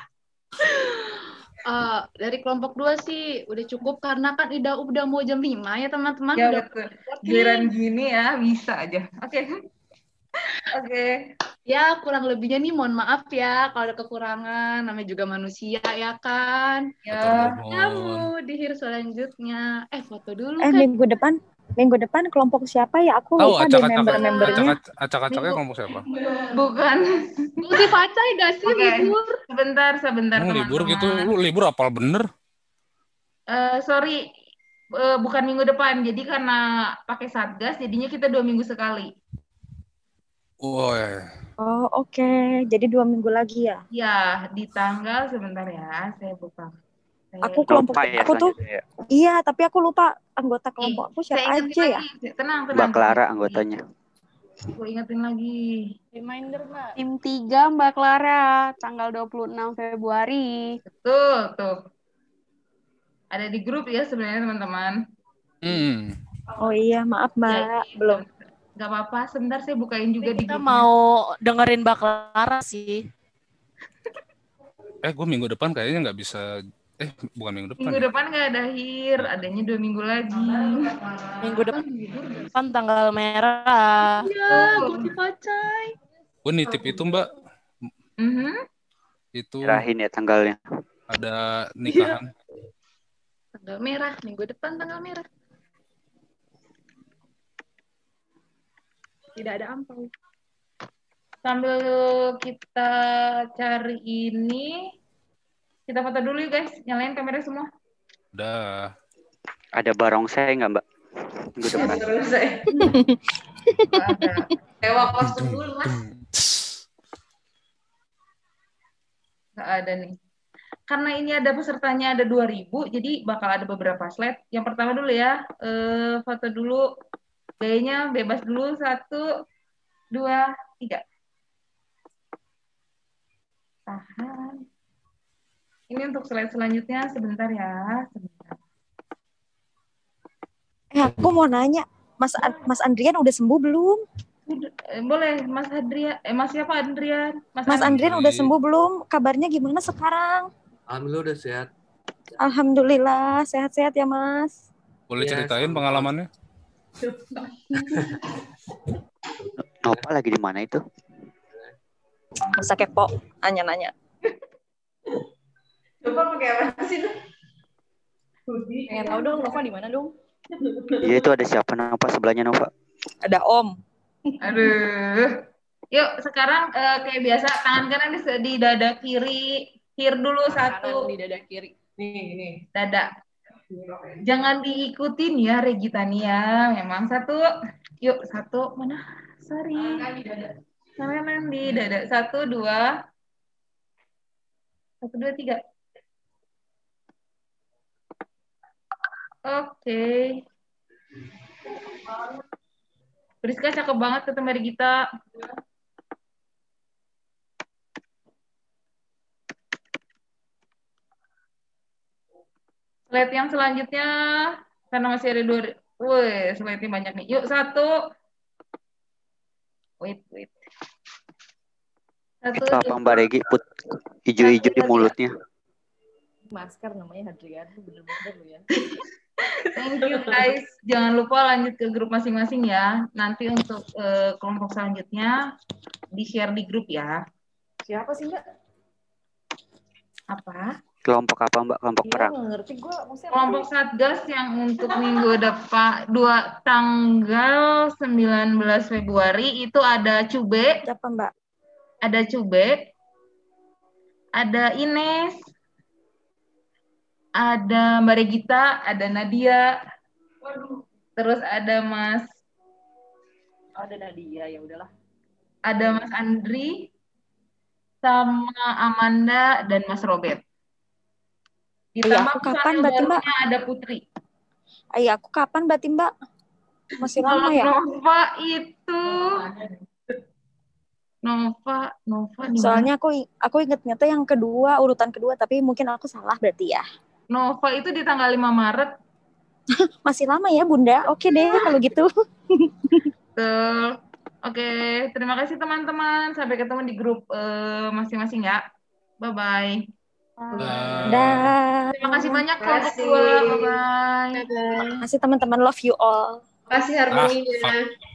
B: Uh, dari kelompok dua sih udah cukup karena kan udah udah mau jam lima ya teman-teman.
D: Ya
B: udah
D: betul. Giliran gini ya bisa aja. Oke. Okay. Oke. Okay.
B: Ya kurang lebihnya nih mohon maaf ya kalau ada kekurangan, namanya juga manusia ya kan.
D: Ya.
B: Kamu di hir selanjutnya. Eh foto dulu
O: eh,
B: kan.
O: Eh minggu depan minggu depan kelompok siapa ya? Aku
A: oh,
O: lupa deh member-membernya.
A: Acak-acaknya kelompok siapa?
D: Bukan.
B: Si Facai gak sih
D: okay.
B: libur?
D: Sebentar, sebentar
A: oh,
D: teman-teman.
A: Libur gitu, lu libur apal bener?
D: Uh, sorry, uh, bukan minggu depan. Jadi karena pakai Satgas, jadinya kita dua minggu sekali.
A: Oh, ya.
O: Oh oke, okay. Jadi dua minggu lagi ya?
D: Ya, di tanggal sebentar ya, saya buka. Saya...
O: Aku kelompok ya, aku tuh, ya. Iya, tapi aku lupa anggota kelompok aku siapa aja
D: lagi.
O: ya?
D: Tenang, tenang.
C: Mbak Clara anggotanya.
D: Aku ingetin lagi.
I: Reminder Mbak.
K: Tim tiga Mbak Clara, tanggal dua puluh enam Februari.
D: Betul, tuh. Ada di grup ya sebenarnya teman-teman.
A: Hmm.
O: Oh iya, maaf Mbak, ya, belum.
D: Gak apa-apa, sebentar saya bukain juga
H: Kita
D: di grupnya.
H: mau dengerin Mbak Clara sih.
A: Eh, gue minggu depan kayaknya nggak bisa. Eh, bukan minggu depan.
D: Minggu
A: ya?
D: depan nggak ada hir, adanya dua minggu lagi.
H: Minggu depan tanggal merah.
B: Iya, gue dipacai.
A: Gue nitip itu Mbak.
D: Mm-hmm.
A: Itu.
C: Serahin ya tanggalnya.
A: Ada nikahan.
B: Tanggal merah, minggu depan tanggal merah. Tidak ada ampau.
D: Sambil kita cari ini, kita foto dulu yuk guys. Nyalain kamera semua.
A: Udah.
C: Ada barongsai nggak mbak? Minggu depan.
D: Barongsai. Nggak ada. Sewa kostum dulu mas. Nggak ada nih. Karena ini ada pesertanya ada dua ribu, jadi bakal ada beberapa slide. Yang pertama dulu ya, eh, foto dulu. Gayanya bebas dulu. Satu, dua, tiga. Tahan. Ini untuk slide selanjutnya sebentar ya. Sebentar.
O: Eh, aku mau nanya, Mas Mas Andrian udah sembuh belum?
D: Eh, boleh, Mas Adrian. Eh, Mas siapa Adrian?
O: Mas, Mas Andrian udah sembuh belum? Kabarnya gimana sekarang?
R: Alhamdulillah udah sehat.
O: Alhamdulillah, sehat-sehat ya Mas.
A: Boleh
R: Ya,
A: ceritain
R: sama.
A: pengalamannya?
C: Nova lagi di mana itu?
O: Masa kepo, nanya-nanya.
D: Coba pakai apa sih?
L: Pengen tahu dong Nova di mana dong?
C: Iya itu ada siapa Nova sebelahnya Nova?
O: Ada Om.
D: Aduh. Yuk sekarang eh, kayak biasa tangan kanan di, di dada kiri. Kir dulu satu.
L: Kanan di dada kiri. Nih, nih.
D: Dada. Jangan diikutin ya Regitania. Memang satu. Yuk satu mana? Sorry. Kanan di dada. Kanan di dada. Satu dua. Satu dua tiga. Oke. Priska cakep banget ketemu Regita. Slide yang selanjutnya karena masih ada dua. Wih, slide-nya banyak nih. Yuk satu. Wait, wait. Satu.
C: Itu apa Mbak Regi? Put hijau-hijau di mulutnya.
L: Masker namanya Hadrian, bener-bener lu ya.
D: Thank you guys. Jangan lupa lanjut ke grup masing-masing ya. Nanti untuk uh, kelompok selanjutnya di-share di grup ya.
L: Siapa sih Mbak?
D: Apa?
C: Kelompok apa Mbak? Kelompok
L: Iya,
C: perang.
L: nggak ngerti gue. Maksudnya apa
D: Kelompok
L: sih?
D: Satgas yang untuk minggu depan dua tanggal sembilan belas Februari itu ada Cube.
O: Siapa Mbak?
D: Ada Cube. Ada Ines. Ada Mbak Regita, ada Nadia. Terus ada Mas
L: Oh, ada Nadia, ya udahlah.
D: ada Mas Andri sama Amanda dan Mas Robert.
O: Iya,
D: Ditambah
O: aku kapan
D: personil
O: berarti Mbak?
D: barunya ada Putri.
O: Iya, aku kapan berarti Mbak? Masih lama ya?
D: Nova itu Nova, Nova di mana?
O: Soalnya aku aku ingetnya tuh yang kedua, urutan kedua, tapi mungkin aku salah berarti ya.
D: Nova itu di tanggal lima Maret.
O: Masih lama ya Bunda. Oke deh kalau gitu.
D: Betul. Oke, terima kasih teman-teman. Sampai ketemu di grup eh, masing-masing ya. Bye-bye.
O: Dah.
D: Terima kasih banyak kelompok dua. Bye-bye.
O: Terima kasih teman-teman, love you all.
L: Kasih harmoninya.
A: Ah,